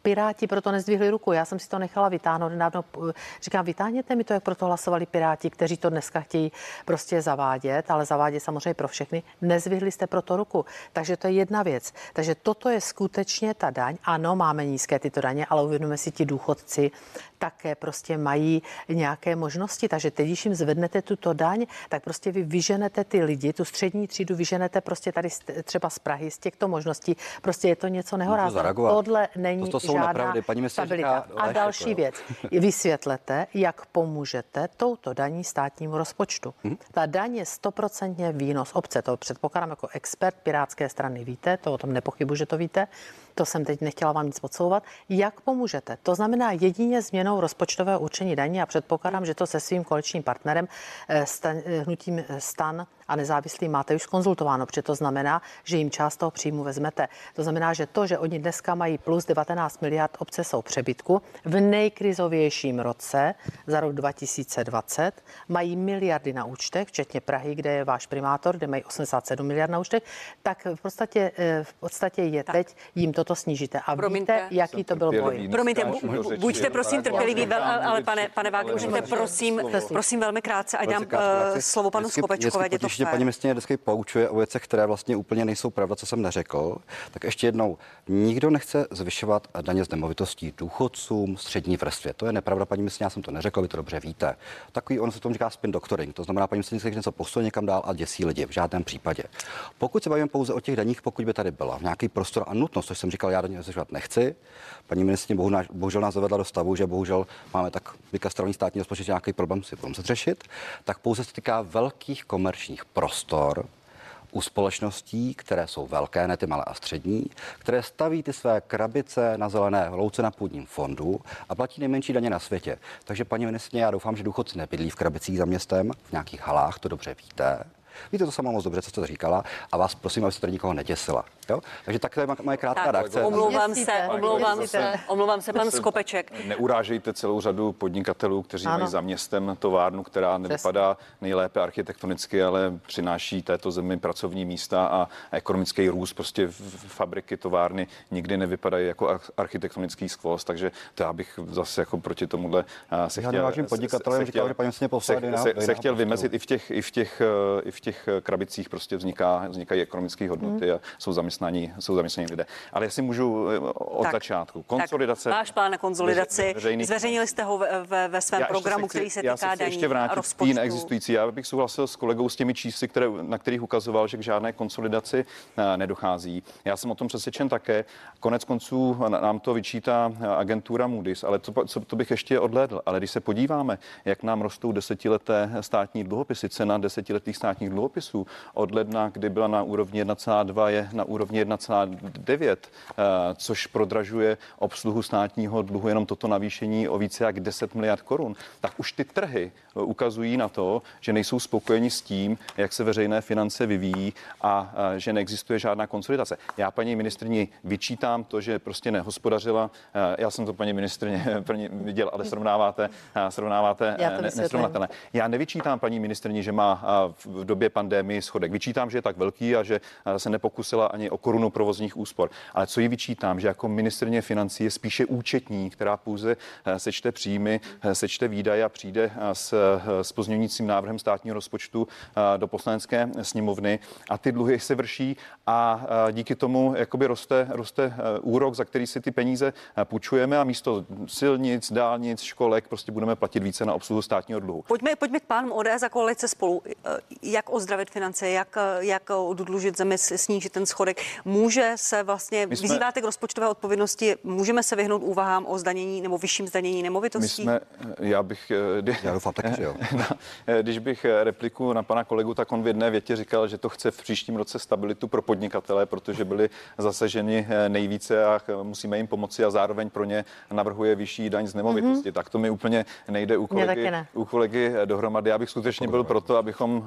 Piráti proto nezdvihli ruku. Já jsem si to nechala vytáhnout nedávno. Říkám, vytáhněte mi to, jak proto hlasovali Piráti, kteří to dneska chtějí prostě zavádět, ale zavádět samozřejmě pro všechny. Nezvihli jste proto ruku. Takže to je jedna věc. Takže toto je skutečně ta daň. Ano, máme nízké tyto daně, ale uvědomíme si, ti důchodci také prostě mají nějaké možnosti. Takže teď, když jim zvednete tuto daň, tak prostě vy vyženete ty lidi, tu střední třídu vyženete prostě tady třeba z Prahy, z těchto možností. Prostě je to něco nehorázného. Tohle není to, to žádná stabilita. A další věc. Vysvětlete, jak pomůžete touto daní státnímu rozpočtu. Hmm? Ta daň je stoprocentně výnos obce. To předpokládám jako expert Pirátské strany. Víte, to o tom nepochybuji, že to víte. To jsem teď nechtěla vám nic podsouvat. Jak pomůžete? To znamená jedině změnou rozpočtového určení daní a předpokládám, že to se svým koaličním partnerem stan, hnutím STAN a nezávislým máte už konzultováno, protože to znamená, že jim část toho příjmu vezmete. To znamená, že to, že oni dneska mají plus devatenáct miliard, obce jsou přebytku, v nejkrizovějším roce za rok dva tisíce dvacet mají miliardy na účtech, včetně Prahy, kde je váš primátor, kde mají osmdesát sedm miliard na účtech, tak v podstatě, v podstatě je tak. Teď jim toto snížíte. A Promiňte, víte, jaký to byl boj. Promiňte, bu, buďte prosím trpěliví, ale pane, pane Vágr, můžete prosím, prosím velmi krátce, ať dám uh, slovo panu Skopečkovi, ať je to paní ministryně vždycky poučuje o věcech, které vlastně úplně nejsou pravda, co jsem neřekl. Tak ještě jednou, nikdo nechce zvyšovat daně z nemovitostí důchodcům, střední vrstvě. To je nepravda, paní ministryně, já jsem to neřekl, vy to dobře víte. Takový, on se tomu říká spin doctoring, to znamená, paní ministryně něco posune někam dál a děsí lidi, v žádném případě. Pokud se bavíme pouze o těch daních, pokud by tady byla nějaký prostor a nutnost, což jsem říkal, já daně zvyšovat nechci. Paní ministryně bohužel nás zavedla do stavu, že bohužel máme tak vykastrovaný státní rozpočet, nějaký problém si budeme se řešit, tak pouze se týká velkých komerčních prostor u společností, které jsou velké, ne ty malé a střední, které staví ty své krabice na zelené louce na půdním fondu a platí nejmenší daně na světě. Takže paní ministryně, já doufám, že důchodci nebydlí v krabicích za městem, v nějakých halách, to dobře víte. Víte to sama moc dobře, co jste říkala, a vás prosím, abyste tady nikoho neděsila. Jo? Takže takhle je moje krátká reakce. Omlouvám se, omlouvám se, omlouvám se, pan Skopeček. Neurážejte celou řadu podnikatelů, kteří ano. mají za městem továrnu, která nevypadá nejlépe architektonicky, ale přináší této zemi pracovní místa a ekonomický růst. Prostě fabriky, továrny nikdy nevypadají jako architektonický skvost, takže to já bych zase jako proti tomuhle se chtěl, podnikatelem říkal, že paní se, se, se chtěl vymezit i v těch, i v těch, i v těch krabicích prostě vzniká, vznikají ekonomické hodnoty hmm. a jsou zaměstnaní, jsou zaměstnaní lidé. Ale jestli můžu od tak, začátku. Konsolidace. Váš plán na konsolidaci. Veřejný... Zveřejnili jste ho ve, ve, ve svém já programu, se chci, který se týká daní ještě a rozpočtu. Neexistující. Já bych souhlasil s kolegou s těmi čísly, které, na kterých ukazoval, že k žádné konsolidaci nedochází. Já jsem o tom přesvědčen také. Konec konců nám to vyčítá agentura Moody's, ale to, co, to bych ještě odhlédl. Ale když se podíváme, jak nám rostou desetileté státní dluhopisy, cena desetiletých státních dluhopisů od ledna, kdy byla na úrovni jedna celá dva, je na úrovni jedna celá devět, což prodražuje obsluhu státního dluhu, jenom toto navýšení o více jak deset miliard korun, tak už ty trhy ukazují na to, že nejsou spokojeni s tím, jak se veřejné finance vyvíjí a že neexistuje žádná konsolidace. Já paní ministryni vyčítám to, že prostě nehospodařila. Já jsem to paní ministryně viděl, ale srovnáváte, srovnáváte ne, nesrovnatelné. Já nevyčítám paní ministryni, že má v době pandemii schodek. Vyčítám, že je tak velký a že se nepokusila ani o korunu provozních úspor. Ale co jí vyčítám, že jako ministryně financí je spíše účetní, která pouze sečte příjmy, sečte výdaje a přijde s, s pozměňujícím návrhem státního rozpočtu do poslanecké sněmovny a ty dluhy se vrší a díky tomu jakoby roste, roste úrok, za který si ty peníze půjčujeme a místo silnic, dálnic, školek prostě budeme platit více na obsluhu státního dluhu. Pojďme, pojďme k pánům O D S a koalice Spolu. Jak ozdravit finance, jak, jak oddlužit zemi, snížit ten schodek? Může se vlastně, jsme, vyzýváte k rozpočtové odpovědnosti, můžeme se vyhnout úvahám o zdanění nebo vyšším zdanění nemovitostí? My jsme, já bych... Já doufám taky, že jo. Když bych repliku na pana kolegu, tak on v jedné větě říkal, že to chce v příštím roce stabilitu pro podnikatele, protože byli zasaženi nejvíce a musíme jim pomoci a zároveň pro ně navrhuje vyšší daň z nemovitosti. Mm-hmm. Tak to mi úplně nejde u kolegy, ne. u kolegy dohromady. Já bych skutečně byl proto, abychom ty podnikatele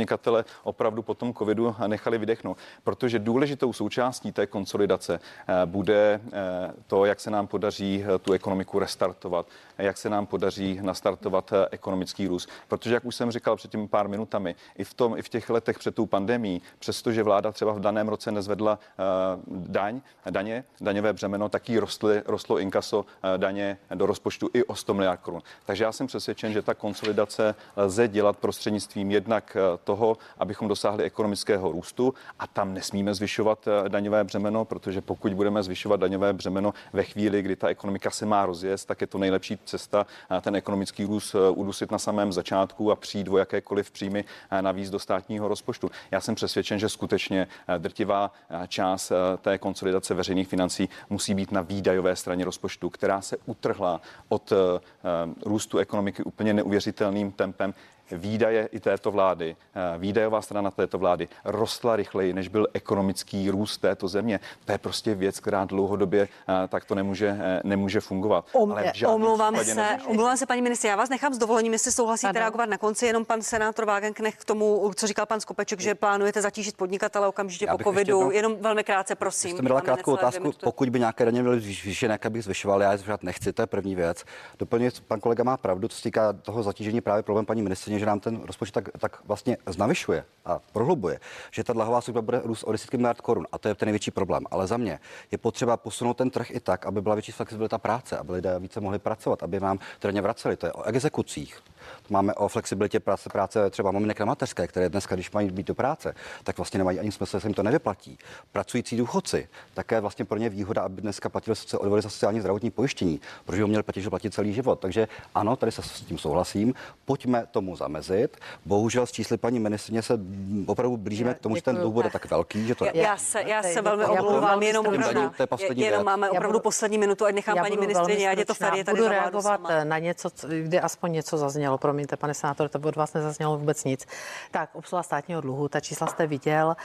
podnikatele opravdu po tom covidu nechali vydechnout, protože důležitou součástí té konsolidace bude to, jak se nám podaří tu ekonomiku restartovat, jak se nám podaří nastartovat ekonomický růst. Protože, jak už jsem říkal před těmi pár minutami, i v tom, i v těch letech před tou pandemií, přestože vláda třeba v daném roce nezvedla uh, daň, daně, daňové břemeno, taky rostly, rostlo inkaso uh, daně do rozpočtu i o sto miliard korun. Takže já jsem přesvědčen, že ta konsolidace lze dělat prostřednictvím jednak uh, toho, abychom dosáhli ekonomického růstu, a tam nesmíme zvyšovat uh, daňové břemeno, protože pokud budeme zvyšovat daňové břemeno ve chvíli, kdy ta ekonomika se má rozjezd, tak je to nejlepší cesta uh, ten ekonomický růst uh, udusit na samém začátku a přijít o jakékoliv příjmy uh, navíc do státního rozpočtu. Já jsem přesvědčen, že skutečně uh, drtivá uh, část uh, té konsolidace veřejných financí musí být na výdajové straně rozpočtu, která se utrhla od uh, růstu ekonomiky úplně neuvěřitelným tempem. Výdaje i této vlády, výdajová strana této vlády rostla rychleji, než byl ekonomický růst této země. To je prostě věc, která dlouhodobě tak to nemůže, nemůže fungovat. Om, Ale omlouvám se, omlouvám se, paní ministr, já vás nechám s dovolením, jestli souhlasíte ano. reagovat na konci, jenom pan senátor Wagenknecht k tomu, co říkal pan Skopeček, že plánujete zatížit podnikatele okamžitě po covidu. Jednou, jenom velmi krátce, prosím. Jste mi dala krátkou otázku, pokud by nějaké daně byly zvýšené, jak bych zvyšoval, já je zvyšovat nechci, to je první věc. Doplnit, pan kolega má pravdu, co se týká toho zatížení, právě problém paní ministryně, že nám ten rozpočet tak, tak vlastně znavyšuje a prohlubuje, že ta dluhová služba bude růst o desítky miliard korun, a to je ten největší problém. Ale za mě je potřeba posunout ten trh i tak, aby byla větší flexibilita práce, aby lidé více mohli pracovat, aby nám daně vraceli. To je o exekucích. Máme o flexibilitě práce, práce třeba maminek na mateřské, které dneska, když mají být do práce, tak vlastně nemají ani smysl, se jim to nevyplatí. Pracující důchodci, také vlastně pro ně výhoda, aby dneska platili odvody za sociální zdravotní pojištění, protože ho měli platit, že platit celý život. Takže ano, tady se s tím souhlasím. Pojďme tomu zamezit. Bohužel s čísly paní ministryně se opravdu blížíme k tomu, že ten dluh bude tak velký, že to. Já, já se, já se velmi omlouvám, jenom opravdu, jenom máme opravdu poslední minutu, ať nechám paní ministryně, ať je to fér, je tady budu reagovat na něco, kde aspoň něco zaznělo. Promiňte, pane senátor, to od vás nezaznělo vůbec nic. Tak, obsluha státního dluhu, ta čísla jste viděl.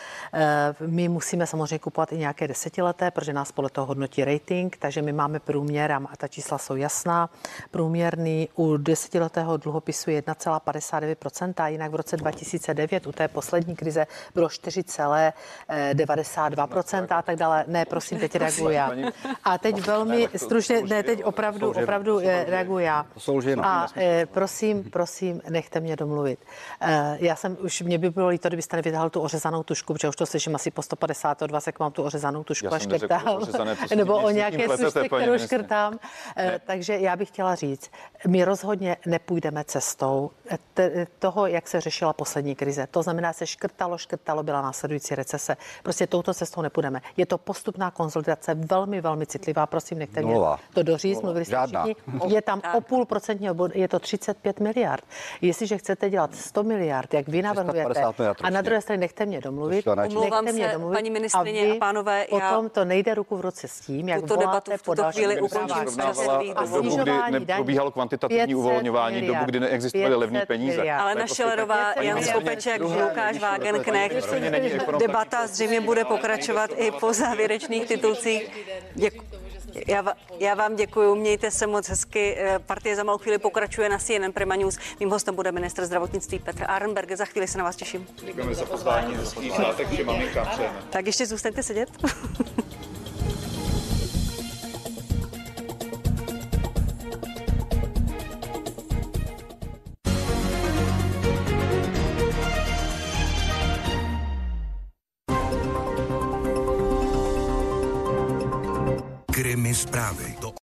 My musíme samozřejmě kupovat i nějaké desetileté, protože nás podle toho hodnotí rating, takže my máme průměr a ta čísla jsou jasná. Průměrný u desetiletého dluhopisu jedna celá padesát devět procent, jinak v roce dva tisíce devět u té poslední krize bylo čtyři celá devadesát dva procent a tak dále. Ne, prosím, teď reaguji já. A teď velmi stručně, ne, teď opravdu, opravdu reaguji já. A prosím, prosím, nechte mě domluvit. Já jsem už, mě by bylo líto, kdybyste nevytáhl tu ořezanou tušku, protože už to slyším asi po sto padesát od vás, jak mám tu ořezanou tušku a škrtám. Nebo o nějaké tušce, kterou škrtám. Takže já bych chtěla říct, my rozhodně nepůjdeme cestou toho, jak se řešila poslední krize. To znamená, se škrtalo, škrtalo, byla následující recese. Prostě touto cestou nepůjdeme. Je to postupná konsolidace, velmi, velmi citlivá. Prosím, nechte mě to doříct. Mluvili jste všichni. Je tam o půl procentního bodu, je to třicet pět miliard. Jestliže chcete dělat sto miliard, jak vy navrhujete, a na druhé straně nechte mě domluvit, nechte mě domluvit, paní ministryně a, a pánové, potom to nejde ruku v ruce s tím, jak voláte po dalším ukončím a v dobu, kdy neprobíhalo kvantitativní uvolňování, dobu, kdy neexistovaly levné peníze. Alena Schillerová, Jan Skopeček, Lukáš Wagenknecht. Debata zřejmě bude pokračovat i po závěrečných titulcích. Děkuji. Já, já vám děkuji, mějte se moc hezky. Partie za malou chvíli pokračuje na C N N Prima News. Mým hostem bude ministr zdravotnictví Petr Arenberger. Za chvíli se na vás těším. Děkujeme za pozvání, hezký svátek všem maminkám přejeme. Tak ještě zůstaňte sedět. Krimi zprávy.